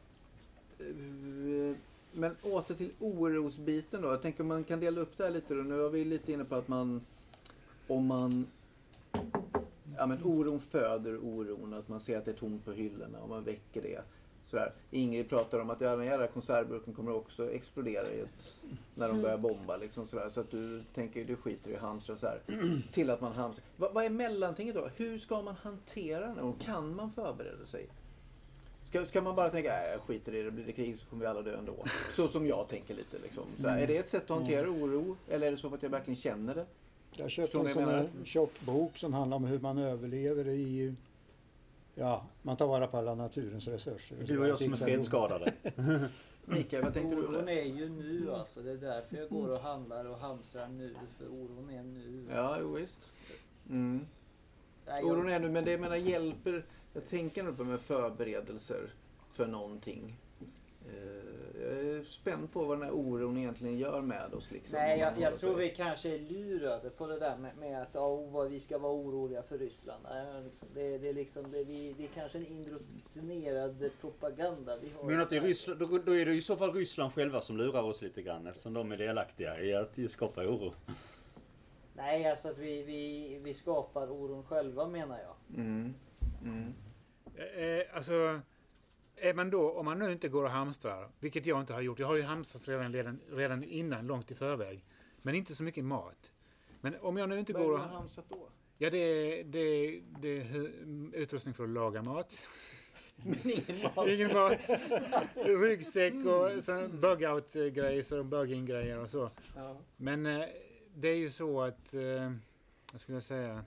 men åter till orosbiten då. Jag tänker man kan dela upp det här lite då. Nu är vi lite inne på att man om man... Ja, men oron föder oron. Att man ser att det är tomt på hyllorna och man väcker det. Sådär. Ingrid pratar om att den jävla konservburken kommer också explodera i ett, när de börjar bomba. Liksom, sådär. Så att du tänker du skiter i hamstra så här. Till att man hamstrar. Va, vad är mellantinget då? Hur ska man hantera det? Och kan man förbereda sig? Ska, ska man bara tänka, nej jag skiter i det, blir det krig så kommer vi alla dö ändå. Så som jag tänker lite. Liksom. Så här, är det ett sätt att hantera oro? Eller är det så att jag verkligen känner det? Jag har köpt en sån här tjock bok som handlar om hur man överlever i... Ja, man tar vara på alla naturens resurser. Du och jag som är fredskadade. Mikael, vad tänkte du om det? Oron är ju nu alltså. Det är därför jag går och handlar och hamstrar nu. För oron är nu. Ja, jo, visst. Mm. Nej, Oron är nu, men det menar hjälper... Jag tänker nu på med förberedelser för någonting. Jag är spänd på vad den här oron egentligen gör med oss. Liksom, Nej, jag, jag tror vi kanske är lurade på det där med, med att oh, vad vi ska vara oroliga för Ryssland. Nej, liksom, det, det, är liksom, det, vi, det är kanske en indoktrinerad propaganda vi har. Men att det är Ryssland, då, då är det i så fall Ryssland själva som lurar oss lite grann eftersom de är delaktiga i att skapa oro. Nej, alltså att vi, vi, vi skapar oron själva menar jag. Mm. Mm. Eh, alltså... Är man då, om man nu inte går och hamstrar, vilket jag inte har gjort, jag har ju hamstrat redan, redan, redan innan, långt i förväg, men inte så mycket mat. Men om jag nu inte Vad går och... Vad är det hamstrat då? Ja, det är, det, är, det är utrustning för att laga mat. Men ingen mat? Ingen mat. Ryggsäck och sådana bug-out-grejer, så bug-in-grejer och så. Ja. Men eh, det är ju så att, eh, vad skulle jag säga...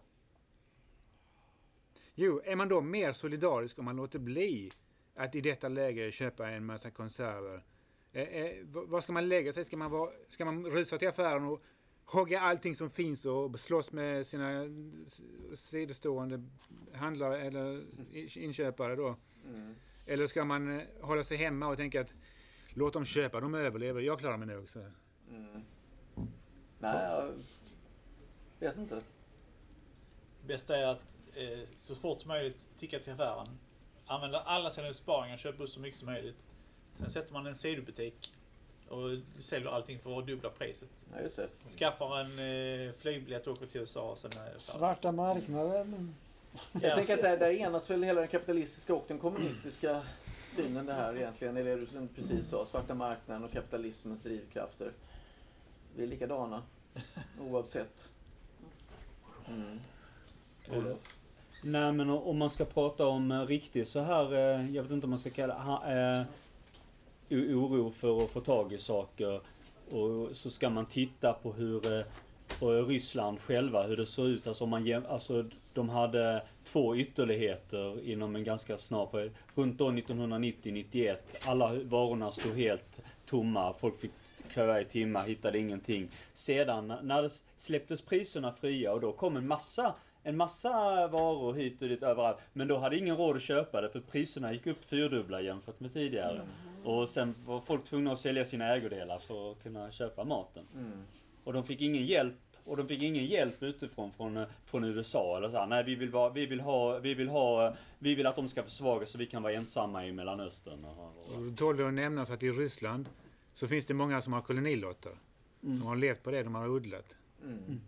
Jo, är man då mer solidarisk om man låter bli att i detta läge köpa en massa konserver? Eh, eh, vad ska man lägga sig? Ska man, vara, ska man rusa till affären och hugga allting som finns och slåss med sina sidostående handlare eller inköpare då? Mm. Eller ska man eh, hålla sig hemma och tänka att låt dem köpa, de överlever, jag klarar mig nog. Så. Mm. Nej, jag vet inte. Bästa är att eh, så fort som möjligt ticka till affären. Använda alla sina besparingar, köpa upp så mycket som möjligt. Sen sätter man en sidobutik och säljer allting för dubbla priset. Ja, just det. Skaffar en eh, flygbiljett och åker till U S A. Och sen är det svarta marknaden. Jag ja. tänker att där, där enas väl hela den kapitalistiska och den kommunistiska synen det här egentligen. Eller är det precis så? Svarta marknaden och kapitalismens drivkrafter. Vi är likadana. Oavsett. Mm. Mm. Nej, men om man ska prata om uh, riktigt så här, uh, jag vet inte om man ska kalla uh, oro för att få tag i saker, och så ska man titta på hur uh, på Ryssland själva, hur det såg ut. Alltså, om man, alltså, de hade två ytterligheter inom en ganska snar, för runt år nittonhundranittio nittioett, alla varorna stod helt tomma, folk fick köa i timmar, hittade ingenting. Sedan när det släpptes priserna fria och då kom en massa En massa varor hit och dit överallt. Men då hade ingen råd att köpa det för priserna gick upp fyrdubbla jämfört med tidigare. Mm. Och sen var folk tvungna att sälja sina ägodelar för att kunna köpa maten. Mm. Och de fick ingen hjälp. Och de fick ingen hjälp utifrån från, från U S A eller så här. Nej, vi vill vara, vi vill ha, vi vill ha, vi vill att de ska försvagas så vi kan vara ensamma i Mellanöstern. Och tål att nämna att i Ryssland så finns det många som har kolonilotter. Mm. De har levt på det, de har odlat. Mm. Mm.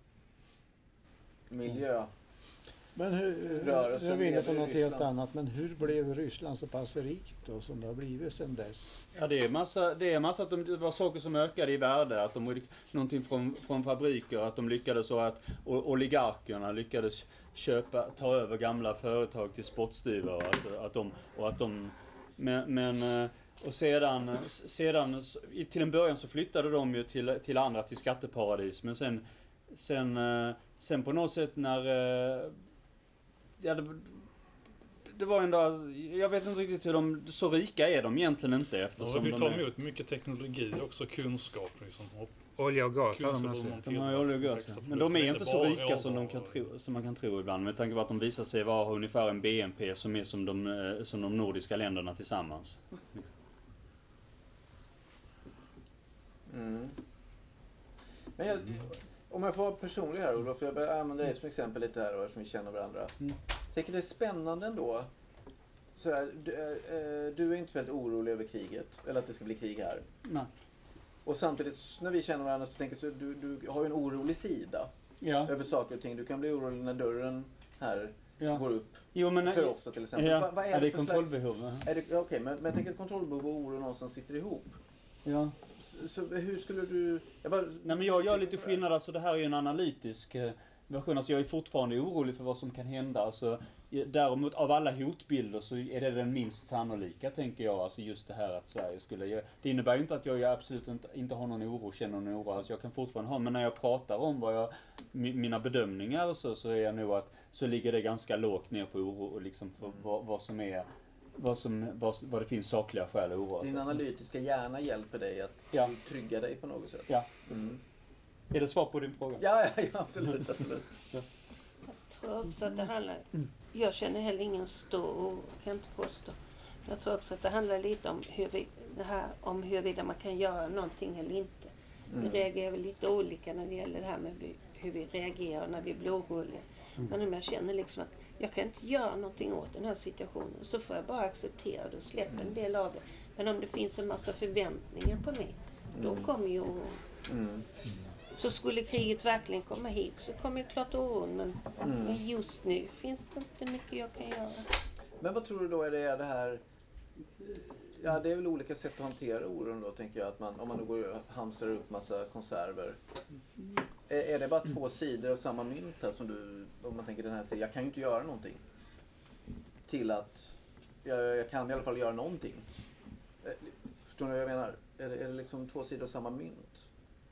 Miljö. Men hur, jag vill på något helt annat, men hur blev Ryssland så pass rikt då som det har blivit sedan dess? Ja, det är massa, det är massa att de, det var saker som ökade i värde, att de någonting från, från fabriker, att de lyckades så att oligarkerna lyckades köpa, ta över gamla företag till spottstyver och att, att de, och att de men, men och sedan, sedan till en början så flyttade de ju till, till andra, till skatteparadis, men sen sen Sen på något sätt när... Ja, det, det var ändå... Jag vet inte riktigt hur de... Så rika är de egentligen inte eftersom ja, vi tar de emot mycket teknologi också, kunskap liksom. Olja och gas har de alltså. De har olja och gas, ja. Men de är inte så rika som, de kan tro, som man kan tro ibland. Med tanke på att de visar sig vara ungefär en B N P som är som de, som de nordiska länderna tillsammans. Mm. Men jag... Om jag får vara personlig här, Olof, för jag börjar använda dig som exempel lite här eftersom vi känner varandra. Mm. Jag tycker det är spännande ändå. Så här, du, äh, du är inte väldigt orolig över kriget, eller att det ska bli krig här. Nej. Och samtidigt, när vi känner varandra så tänker jag att du, du har ju en orolig sida. Ja. över saker och ting. Du kan bli orolig när dörren här Ja. går upp Jo, men, för ofta till exempel. Ja, Vad, vad är ja, det är för kontrollbehov. slags- Är det, ja, okej, men, men jag tänker att kontrollbehov och oro någonstans sitter ihop. Ja. Så, så hur skulle du... Jag bara, Nej, men jag gör lite skillnad, alltså det här är ju en analytisk eh, version. Alltså jag är fortfarande orolig för vad som kan hända. Alltså, däremot av alla hotbilder så är det den minst sannolika, tänker jag. Alltså just det här att Sverige skulle göra. Det innebär ju inte att jag absolut inte, inte har någon oro, känner någon oro. Alltså jag kan fortfarande ha, men när jag pratar om vad jag, mina bedömningar och så, så är jag nog att så ligger det ganska lågt ner på oro och liksom för vad, vad som är Vad, som, vad, vad det finns sakliga skäl att oroa sig. Din analytiska hjärna hjälper dig att Ja. trygga dig på något sätt. Ja. Mm. Är det svar på din fråga? Ja, ja, ja, absolut. absolut. Jag tror också att det handlar... Jag känner heller ingen stor oro, kan inte påstå. Jag tror också att det handlar lite om hur vi, det här, om huruvida man kan göra någonting eller inte. Mm. Vi reagerar väl lite olika när det gäller det här med vi, hur vi reagerar när vi blir oroliga. Mm. Men om jag känner liksom att jag kan inte göra någonting åt den här situationen, så får jag bara acceptera det och släppa en del av det. Men om det finns en massa förväntningar på mig, då Mm. kommer ju oron. Mm. Så skulle kriget verkligen komma hit så kommer ju klart oron, men, Mm. men just nu finns det inte mycket jag kan göra. Men vad tror du då är det, det här... Ja, det är väl olika sätt att hantera oron då, tänker jag. Att man, om man då går och hamstrar upp massa konserver. Är, är det bara två sidor av samma mynt här som du... Om man tänker den här sidan, jag kan ju inte göra någonting. Till att jag, jag kan i alla fall göra någonting. Eh, Förstår ni vad jag menar? Är det, är det liksom två sidor av samma mynt?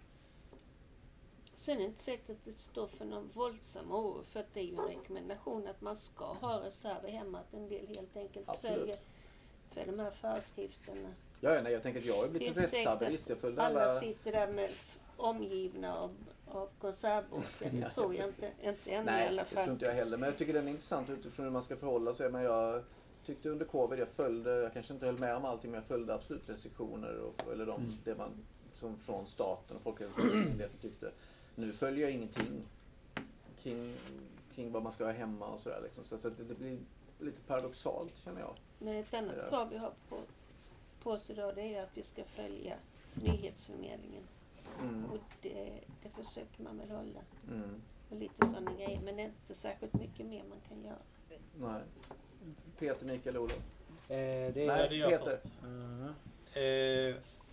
Sen är det inte säkert att det står för någon våldsam oro, för att det är ju en rekommendation att man ska ha reserver hemma, att en del helt enkelt Absolut. följer, följer de här föreskrifterna. Ja, ja, nej, jag tänker att jag har Det är blivit en inte säkert rättshaverist. Jag följde alla alla... sitter där med f- omgivna av, av konservburkar, det tror jag inte, inte än Nej, i alla det tror fall. inte jag heller. Men jag tycker den är intressant utifrån hur man ska förhålla sig. Men jag tyckte under covid, jag följde, jag kanske inte höll med om allting, men jag följde absolut restriktioner och, eller de, det man som från staten och Folkhälsomyndigheten tyckte. Nu följer jag ingenting kring, kring vad man ska ha hemma och sådär. Liksom. Så, så det, det blir lite paradoxalt, känner jag. Men ett annat Ja. krav vi har på, på oss idag, det är att vi ska följa nyhetsförmedlingen. Mm. Och det, det försöker man väl hålla. Mm. Och lite sådana grejer, men det är inte särskilt mycket mer man kan göra. Nej. Peter, Mikael, Olof. Eh, det Nej, är... Ja, det är jag Peter. först. Mm. Eh,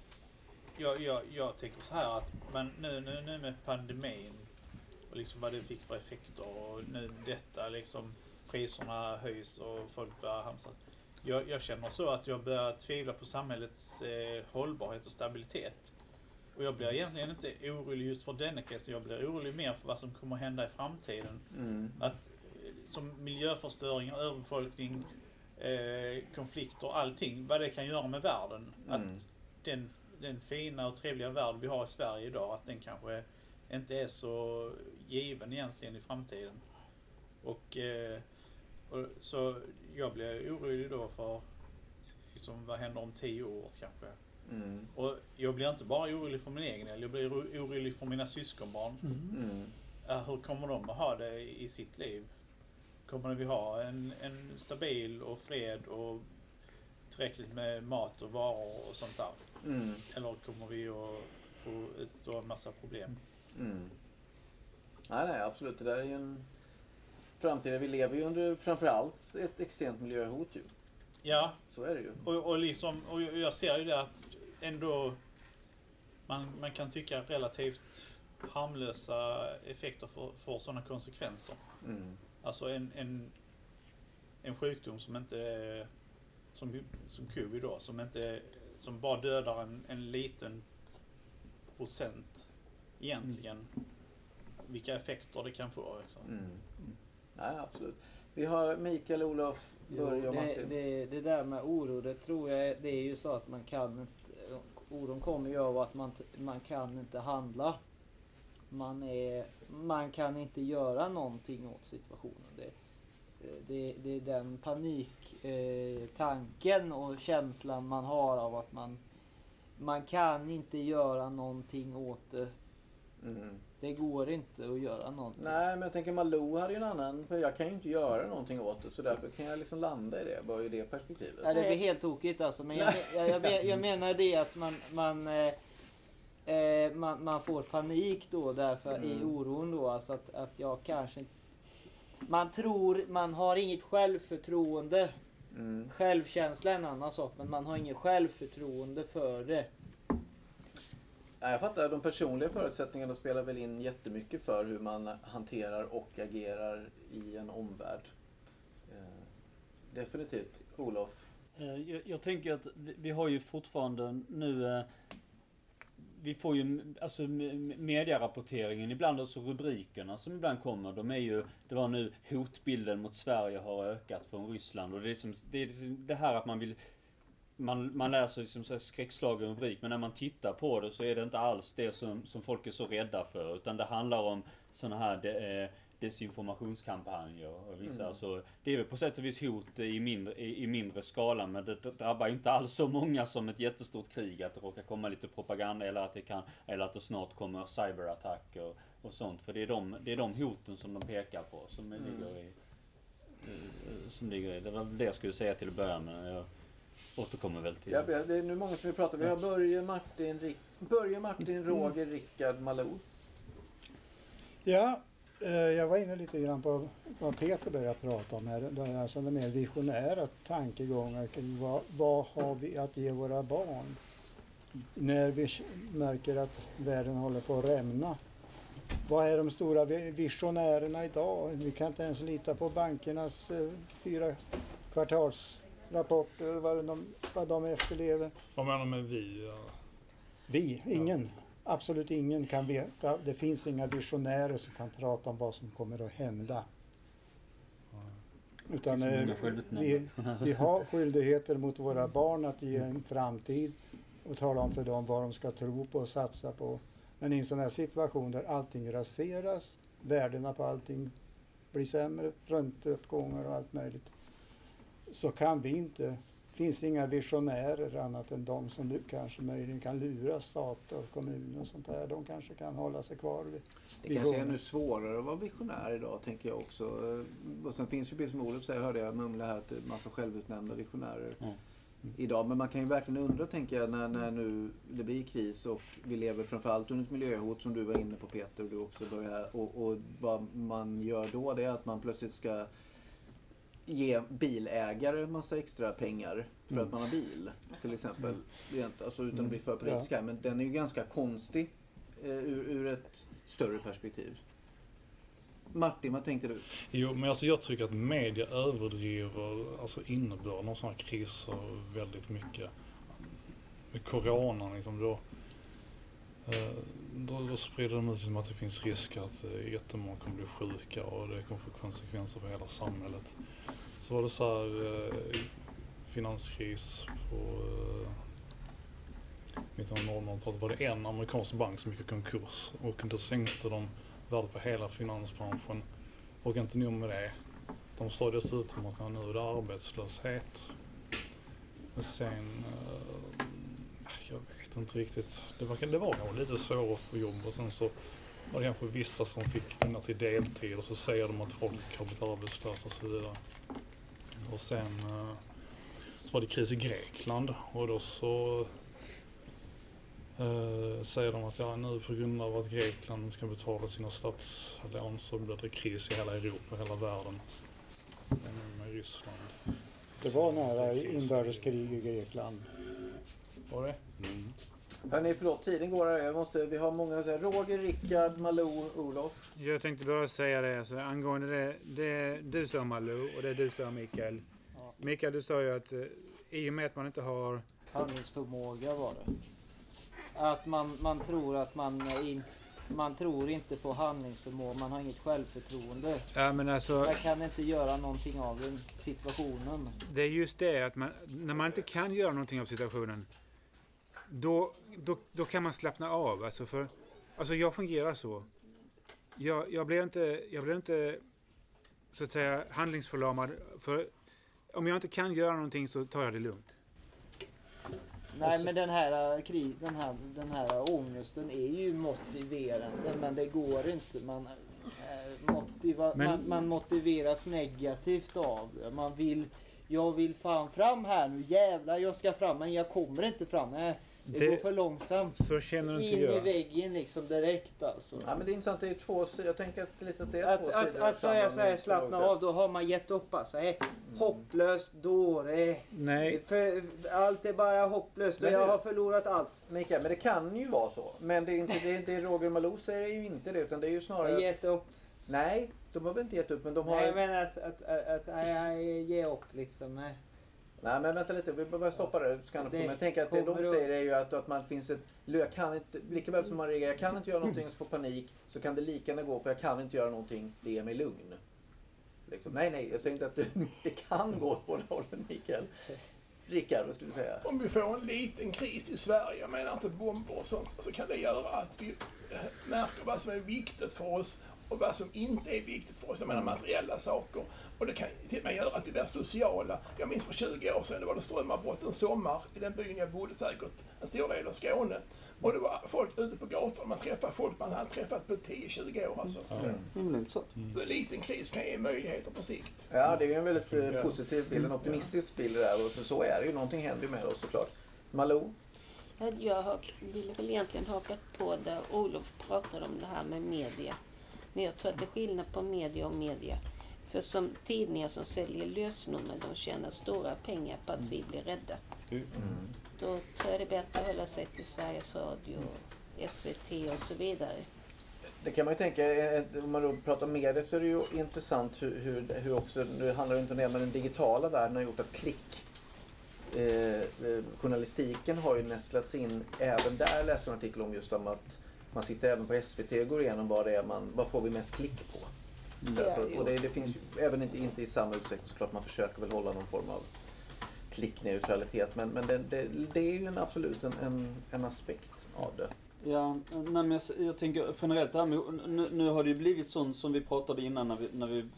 jag, jag, jag tänker så här att men nu, nu, nu med pandemin och liksom vad det fick för effekter och nu detta liksom priserna höjs och folk börjar hamsa. Jag, jag känner så att jag börjar tvivla på samhällets eh, hållbarhet och stabilitet. Och jag blir egentligen inte orolig just för denna krisen. Jag blir orolig mer för vad som kommer hända i framtiden. Mm. Att eh, som miljöförstöring, överbefolkning, eh, konflikter, allting, vad det kan göra med världen. Mm. Att den, den fina och trevliga värld vi har i Sverige idag, att den kanske inte är så given egentligen i framtiden. Och, eh, och så jag blir orolig då för liksom, vad händer om tio år kanske. Mm. Och jag blir inte bara orolig för min egen del, jag blir oro- orolig för mina syskonbarn. Mm. Ja, hur kommer de att ha det i sitt liv? Kommer vi ha en, en stabil och fred och tillräckligt med mat och varor och sånt där? Mm. Eller kommer vi att få utstå en massa problem? Mm. Nej, nej, absolut. Det där är ju en framtid. Vi lever ju under framförallt ett extremt miljöhot ju. Ja, Så är det ju. och, och, liksom, och jag ser ju det att ändå man, man kan tycka relativt harmlösa effekter för, för sådana konsekvenser. Mm. Alltså en, en, en sjukdom som inte är, som, som covid då, som inte som bara dödar en, en liten procent egentligen. Mm. Vilka effekter det kan få. Liksom. Mm. Nej, absolut. Vi har Mikael, Olof, Börje och det, Martin. det, det där med oro, det tror jag, det är ju så att man kan inte, oron kommer ju av att man, man kan inte handla. Man, är, man kan inte göra någonting åt situationen. Det, det, det är den panik, eh, tanken och känslan man har av att man, man kan inte göra någonting åt det. Mm. Det går inte att göra någonting. Nej, men jag tänker Malou hade ju en annan, för jag kan ju inte göra någonting åt det, så därför kan jag liksom landa i det, bara i det perspektivet. Ja, det blir helt tokigt alltså. Men jag, jag, jag, jag menar det att man, man, eh, eh, man, man får panik då därför mm. i oron då. Alltså att, att jag kanske man tror, man har inget självförtroende. Mm. Självkänsla är en annan sak, men man har inget självförtroende för det. Jag fattar, de personliga förutsättningarna spelar väl in jättemycket för hur man hanterar och agerar i en omvärld. Eh, definitivt. Olof? Eh, jag, jag tänker att vi, vi har ju fortfarande nu... Eh, vi får ju, alltså medierapporteringen, ibland också rubrikerna som ibland kommer, de är ju, det var nu hotbilden mot Sverige har ökat från Ryssland, och det är som, det är det här att man vill, man, man läser liksom så här skräckslagen rubrik, men när man tittar på det så är det inte alls det som, som folk är så rädda för, utan det handlar om såna här de, desinformationskampanjer och vissa, mm. alltså, det är väl på sätt och vis hot i mindre, i, i mindre skala, men det drabbar inte alls så många som ett jättestort krig, att det råkar komma lite propaganda eller att det kan, eller att det snart kommer cyberattack och, och sånt, för det är de, det är de hoten som de pekar på som mm. ligger i, som ligger i, det var det jag skulle säga till att börja med. Jag återkommer väl till. Ja, det är nu många som vi pratar, vi har Börje, Martin, Rick, Börje, Martin, Roger, Rickard, Malou. Ja, jag var inne lite grann på vad Peter började prata om här. Det är alltså de mer visionära tankegångar kring vad, vad har vi att ge våra barn när vi märker att världen håller på att rämna. Vad är de stora visionärerna idag? Vi kan inte ens lita på bankernas eh, fyra kvartalsrapporter, vad de, vad de efterlever. Vad menar du med vi? Ja. Vi? Ingen. Ja. Absolut ingen kan veta. Det finns inga visionärer som kan prata om vad som kommer att hända. Utan eh, vi, vi har skyldigheter mot våra barn att ge en framtid och tala om för dem vad de ska tro på och satsa på. Men i en sån här situation där allting raseras, värdena på allting blir sämre, ränteuppgångar och allt möjligt, så kan vi inte, finns inga visionärer annat än de som du kanske möjligen kan lura stat och kommun och sånt där. De kanske kan hålla sig kvar vid det kanske är ännu svårare att vara visionär idag, tänker jag också. Och sen finns ju, som Olof säger, hörde jag mumla här, att det är massa självutnämnda visionärer mm. idag. Men man kan ju verkligen undra, tänker jag, när, när nu det blir kris och vi lever framförallt under ett miljöhot som du var inne på, Peter, och du också börjar, och, och vad man gör då, det är att man plötsligt ska ge bilägare massa extra pengar för mm. att man har bil, till exempel. Mm. Alltså utan att bli för politisk här, men den är ju ganska konstig eh, ur, ur ett större perspektiv. Martin, vad tänkte du? Jo, men alltså jag tycker att media överdriver alltså innebörden av sådana kriser väldigt mycket. Med coronan liksom då, eh, då, då sprider de ut liksom att det finns risk att eh, jättemånga kommer bli sjuka och det kommer få konsekvenser för hela samhället. Så var det så här eh, finanskris på eh, nittonhundratalet, var det en amerikansk bank som gick i konkurs och då sänkte de värdet på hela finansbranschen, och inte nog med det. De sa dessutom att nu är det arbetslöshet. Och sen, eh, jag vet inte riktigt, det var, det var nog lite svårt att få jobb, och sen så var det kanske vissa som fick kunna till deltid, och så säger de att folk har blivit arbetslösa och så vidare. Och sen eh, så var det kris i Grekland, och då så Uh, säger de att ja, nu på grund av att Grekland ska betala sina statslån så blir det kris i hela Europa, hela världen. Med Ryssland. Det var nära inbördeskrig i Grekland. Var det? Mm. Hörrni, förlåt, tiden går här. Jag måste, vi har många så här, Roger, Rickard, Malou, Olof. Jag tänkte bara säga det, alltså, angående det, det du sa, Malou, och det du sa, Mikael. Ja. Mikael, du sa ju att uh, i och med att man inte har handlingsförmåga var det. Att man, man tror att man in, man tror inte på handlingsförmåga, man har inget självförtroende. Ja, men alltså, man kan inte göra någonting av den situationen. Det är just det, att man, när man inte kan göra någonting av situationen, då, då, då kan man slappna av. Alltså, för, alltså jag fungerar så. Jag, jag blir inte, jag blir inte så att säga handlingsförlamad, för om jag inte kan göra någonting så tar jag det lugnt. Nej, men den här, den här, den här ångesten är ju motiverande, men det går inte. Man, eh, motiva, men, man, man motiveras negativt av det. Man vill, jag vill fan fram här nu, jävlar jag ska fram, men jag kommer inte fram. Eh, Det, Det- går för långsamt. Så känner inte In i jag. väggen liksom direkt alltså. Ja, men det är intressant, det är två sidor. Jag tänker att, lite att det är Att, två att, sidor. att börja så här slappna av, då har man gett upp alltså. Eh, hopplöst, dåre. Nej, För, allt är bara hopplöst och Men jag det- har förlorat allt. Mikael, men det kan ju vara så. Men det, är inte, det, det Roger Malou säger är ju inte det, utan det är ju Jag har snarare... gett upp. Nej, de har väl inte gett upp, men de har... Nej, jag menar att, att, att, att, att jag ger upp liksom. Nej. Nej, men vänta lite, vi behöver stoppa det. Så kan Det det men jag tänker att det de kommer att- säger är ju att, att man finns ett... Jag kan inte, lika väl som man reagerar, jag kan inte göra någonting och får panik, så kan det lika gärna gå på jag kan inte göra någonting, det är mig lugn. Liksom. Nej, nej, jag säger inte att du, det kan gå åt båda hållen, Mikael. Rickard, vad skulle du säga? Om vi får en liten kris i Sverige, jag menar inte bomber och sånt, så kan det göra att vi eh, märker vad som är viktigt för oss och vad som inte är viktigt för oss, jag menar materiella saker. Och det kan till och med göra att vi blir sociala. Jag minns för tjugo år sedan, det var det strömavbrott en sommar i den byn jag bodde, säkert en stor del av Skåne. Och det var folk ute på gatorna, man träffade folk man hade träffat på tio tjugo år alltså. Himla så. Så en liten kris kan ge möjligheter på sikt. Ja, det är ju en väldigt eh, positiv bild, en optimistisk bild där, och för så är det ju, någonting händer ju med oss såklart. Malou? Ja, Jag har, ville väl egentligen hakat på där Olof pratade om det här med media. Men jag tror att det är skillnad på media och media. För som tidningar som säljer lösnummer, de tjänar stora pengar på att vi blir rädda. Då tror jag det är bättre att hålla sig till Sveriges Radio, S V T och så vidare. Det kan man ju tänka, eh, om man då pratar om media så är det ju intressant hur, hur, hur också, nu handlar det inte om det, men den digitala världen har gjort att klick. Eh, eh, journalistiken har ju nästlats in, även där läser jag en artikel om just om att man sitter även på S V T och går igenom vad det är man, vad får vi mest klick på. Ja, Alltså, och det, det finns ju även inte, inte i samma utsträckning såklart, man försöker väl hålla någon form av klickneutralitet, men, men det, det, det är ju en absolut en, en, en aspekt av det. Ja, nej, men jag, jag tänker generellt det här med, nu, nu har det ju blivit sånt som vi pratade innan när vi, när vi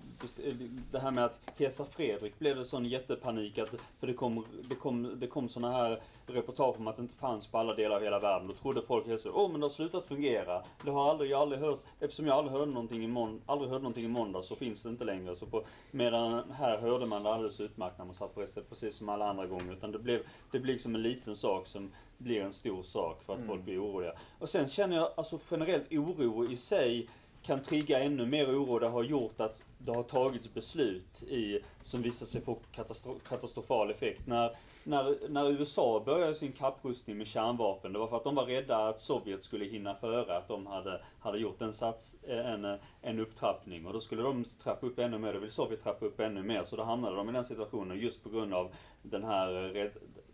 det här med att Hesa Fredrik blev det sån jättepanik att, för det kom, det kom, det kom såna här reportage om att det inte fanns på alla delar av hela världen. Då trodde folk helt så, åh men det har slutat fungera. Det har aldrig, jag aldrig hört, eftersom jag aldrig hörde någonting i mån, aldrig hörde någonting i måndag så finns det inte längre. Så på, medan här hörde man det alldeles utmärkt när man satt på recept precis som alla andra gånger. Utan det blev, det blir som en liten sak som blir en stor sak för att mm. folk blir oroliga. Och sen känner jag alltså generellt oro i sig kan trigga ännu mer oro. Det har gjort att det har tagits beslut i, som visar sig få katastro- katastrofal effekt. När, när, när U S A började sin kapprustning med kärnvapen, det var för att de var rädda att Sovjet skulle hinna före, att de hade, hade gjort en, sats, en, en upptrappning. Och då skulle de trappa upp ännu mer, då vill Sovjet trappa upp ännu mer. Så då hamnade de i den situationen just på grund av den här, rädd,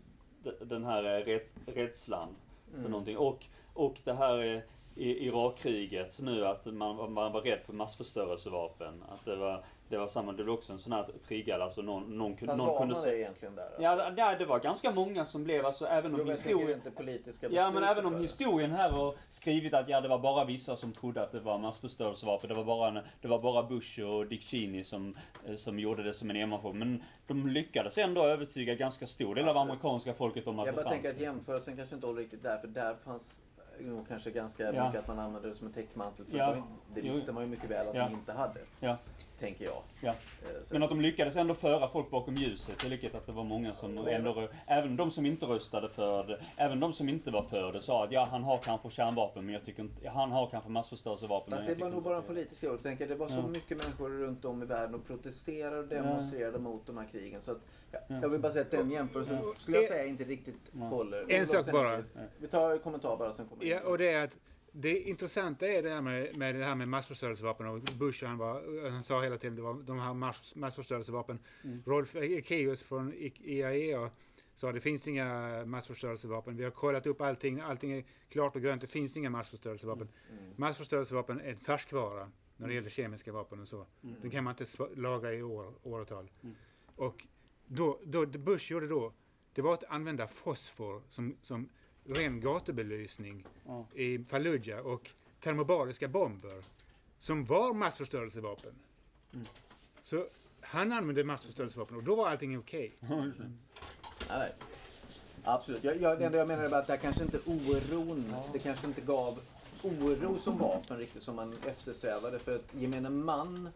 den här rädd, rädslan för mm. någonting. Och, och det här i Irakkriget nu, att man, man var rädd för massförstörelsevapen. Att det var, det var samma, det var också en sån här trigger, alltså någon, någon, Fast någon var kunde man säga. det egentligen där? Alltså? Ja, det, det var ganska många som blev, alltså även om jo, men historien... inte politiska ja, men även om för. historien här har skrivit att ja, det var bara vissa som trodde att det var massförstörelsevapen. Det var bara, en, det var bara Bush och Dick Cheney som, som gjorde det som en enmansfråga. Men de lyckades ändå övertyga ganska stor del av amerikanska folket om att jag det bara fanns. tänker att jämförelsen kanske inte håller riktigt där, för där fanns nog kanske ganska ja. mycket att man använde det som en täckmantel, för ja. det, det visste man ju mycket väl att ja. man inte hade, ja. tänker jag. Ja. Men att de lyckades ändå föra folk bakom ljuset, det är lyckat att det var många som mm. ändå, även de som inte röstade för det, även de som inte var för det, sa att ja, han har kanske kärnvapen, men jag tycker inte, han har kanske massförstörelsevapen. Fast det var nog bara en politisk roll, för det var så ja. mycket människor runt om i världen och protesterade och demonstrerade ja. mot de här krigen, så att ja, ja. jag vill bara säga att den jämförelsen ja. skulle jag säga inte riktigt ja. håller. En sak bara. Vi tar en kommentar bara, sen kommer ja, och det är att det intressanta är det här med, med det här med massförstörelsevapen, och Bush han, var, han sa hela tiden det var de här mass, massförstörelsevapen. Mm. Rolf Ekéus från I A E A sa det finns inga massförstörelsevapen. Vi har kollat upp allting, allting är klart och grönt, det finns inga massförstörelsevapen. Mm. Massförstörelsevapen är en färskvara när det gäller kemiska vapen och så. Mm. Den kan man inte lagra i år, åratal. Mm. Och då, då, det Bush gjorde då, det var att använda fosfor som, som ren gatubelysning ja. i Fallujah och termobariska bomber som var massförstörelsevapen. Mm. Så han använde massförstörelsevapen och då var allting okej. Okay. Mm. Nej, absolut. Jag, jag, det enda jag menar är bara att det kanske inte oron, ja. det kanske inte gav oro som vapen riktigt som man eftersträvade, för att gemene man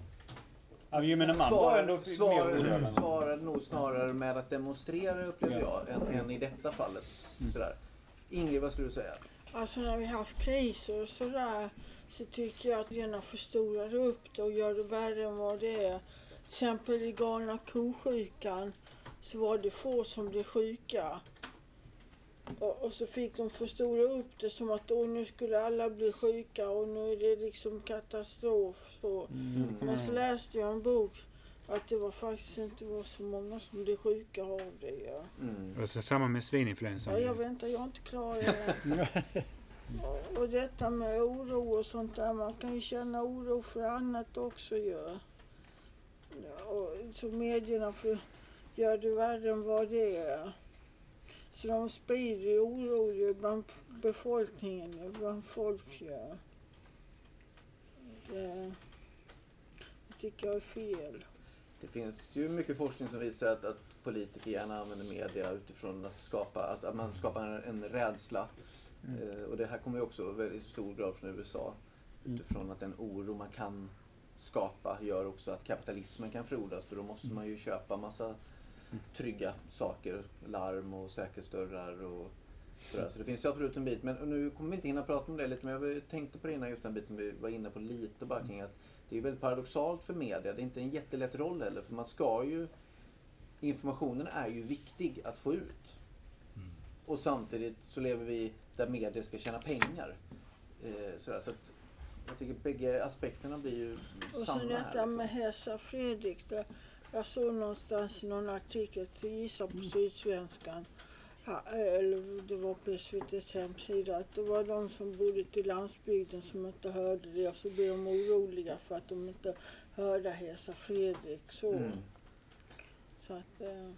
Ja, gemene man svar, var ändå svar, svarade nog snarare med att demonstrera, upplevde jag, än, än i detta fallet. Mm. Sådär. Ingrid, vad skulle du säga? Alltså när vi haft kriser och sådär så tycker jag att gärna förstorar upp det och gör det värre än vad det är. Till exempel i galna kosjukan så var det få som blev sjuka. Och, och så fick de förstora upp det som att nu skulle alla bli sjuka och nu är det liksom katastrof. Så. Mm. Men så läste jag en bok att det var faktiskt inte var så många som blev sjuka av det. Ja. Mm. Och så samma med svininfluensan. Ja, jag väntar, jag är inte klar än. och, och detta med oro och sånt där, man kan ju känna oro för annat också. Ja. Ja, och så medierna för, gör det värre än vad det är. Så de sprider oro bland befolkningen, bland folk. Ja. Det, det tycker jag är fel. Det finns ju mycket forskning som visar att, att politiker gärna använder media utifrån att skapa, att, att man skapar en, en rädsla. Mm. Eh, och det här kommer ju också väldigt stor grad från U S A. Utifrån att den oro man kan skapa gör också att kapitalismen kan frodas. För då måste man ju köpa massa trygga saker, larm och säkerhetsdörrar och sådär. Så det finns ju absolut en bit. Men nu kommer vi inte hinna prata om det lite, men jag tänkte på det innan, just den bit som vi var inne på lite bara kring att det är väldigt paradoxalt för media. Det är inte en jättelätt roll heller, för man ska ju, informationen är ju viktig att få ut. Mm. Och samtidigt så lever vi där media ska tjäna pengar. Eh, sådär, så att jag tycker bägge aspekterna blir ju och samma här. Och så detta liksom. med Hesa Fredrik, där jag såg någonstans i någon artikel, jag gissar på Sydsvenskan, ja, eller det var på S V T:s hemsida, att det var de som bodde till landsbygden som inte hörde det och så blev de oroliga för att de inte hörde Hesa Fredrik. Så, Mm. så att... Eh...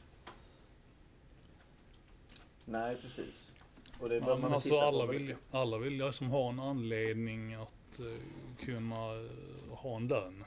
Nej, precis. Och det är bara Ja, man men alltså tittar på alla vad det vill, ska- alla vill liksom ha en anledning att uh, kunna uh, ha en lön.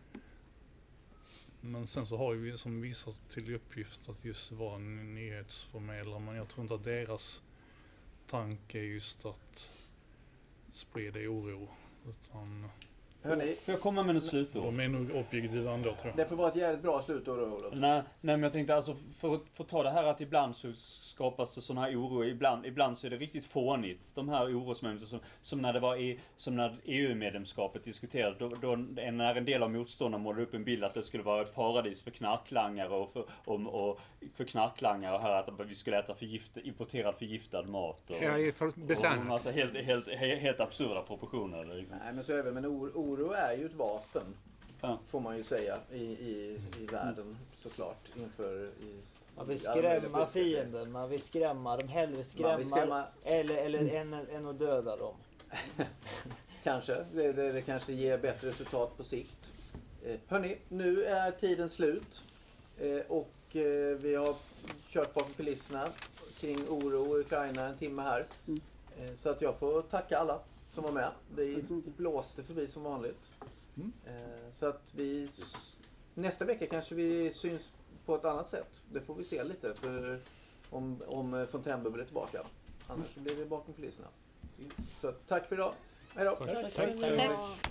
Men sen så har ju vi som vissa till uppgift att just vara en nyhetsförmedlare, men jag tror inte att deras tanke är just att sprida oro, utan Hörrni, Får jag komma med något slutord? de är nog objektiva ändå, tror jag. det får vara ett jävligt bra slutord då, Olof. Nej, nej, men jag tänkte alltså för att få ta det här att ibland så skapas det sån här oro, ibland, ibland så är det riktigt fånigt. De här orosmomenten som, som när det var i, som när E U-medlemskapet diskuterades, då, då när en del av motståndarna målade upp en bild att det skulle vara ett paradis för knarklangare och för, om, och för knarklangare och här att vi skulle äta förgift, importerad förgiftad mat och, Ja, det är och besannat. massa helt, helt, helt, helt absurda proportioner. Nej, men så är det. Men oro, oro är ju ett vapen. Ja. Får man ju säga i, i, i världen såklart inför i, Man vill i alla möjliga skrämma politiska- fienden, man vill skrämma dem, hellre skrämma, Man vill skrämma- eller, eller än, än att döda dem. Kanske. Det, det, det kanske ger bättre resultat på sikt. Eh, hörni, nu är tiden slut. Eh, och eh, vi har kört bakom kulisserna kring oro i Ukraina en timme här. Eh, så att jag får tacka alla som var med. Det blåste förbi som vanligt. Eh, så att vi nästa vecka kanske vi syns på ett annat sätt. Det får vi se lite för om, om Fontänbubbel är tillbaka. Annars så blir vi bakom kulisserna. Så tack för idag. Hej då. Tack. Tack.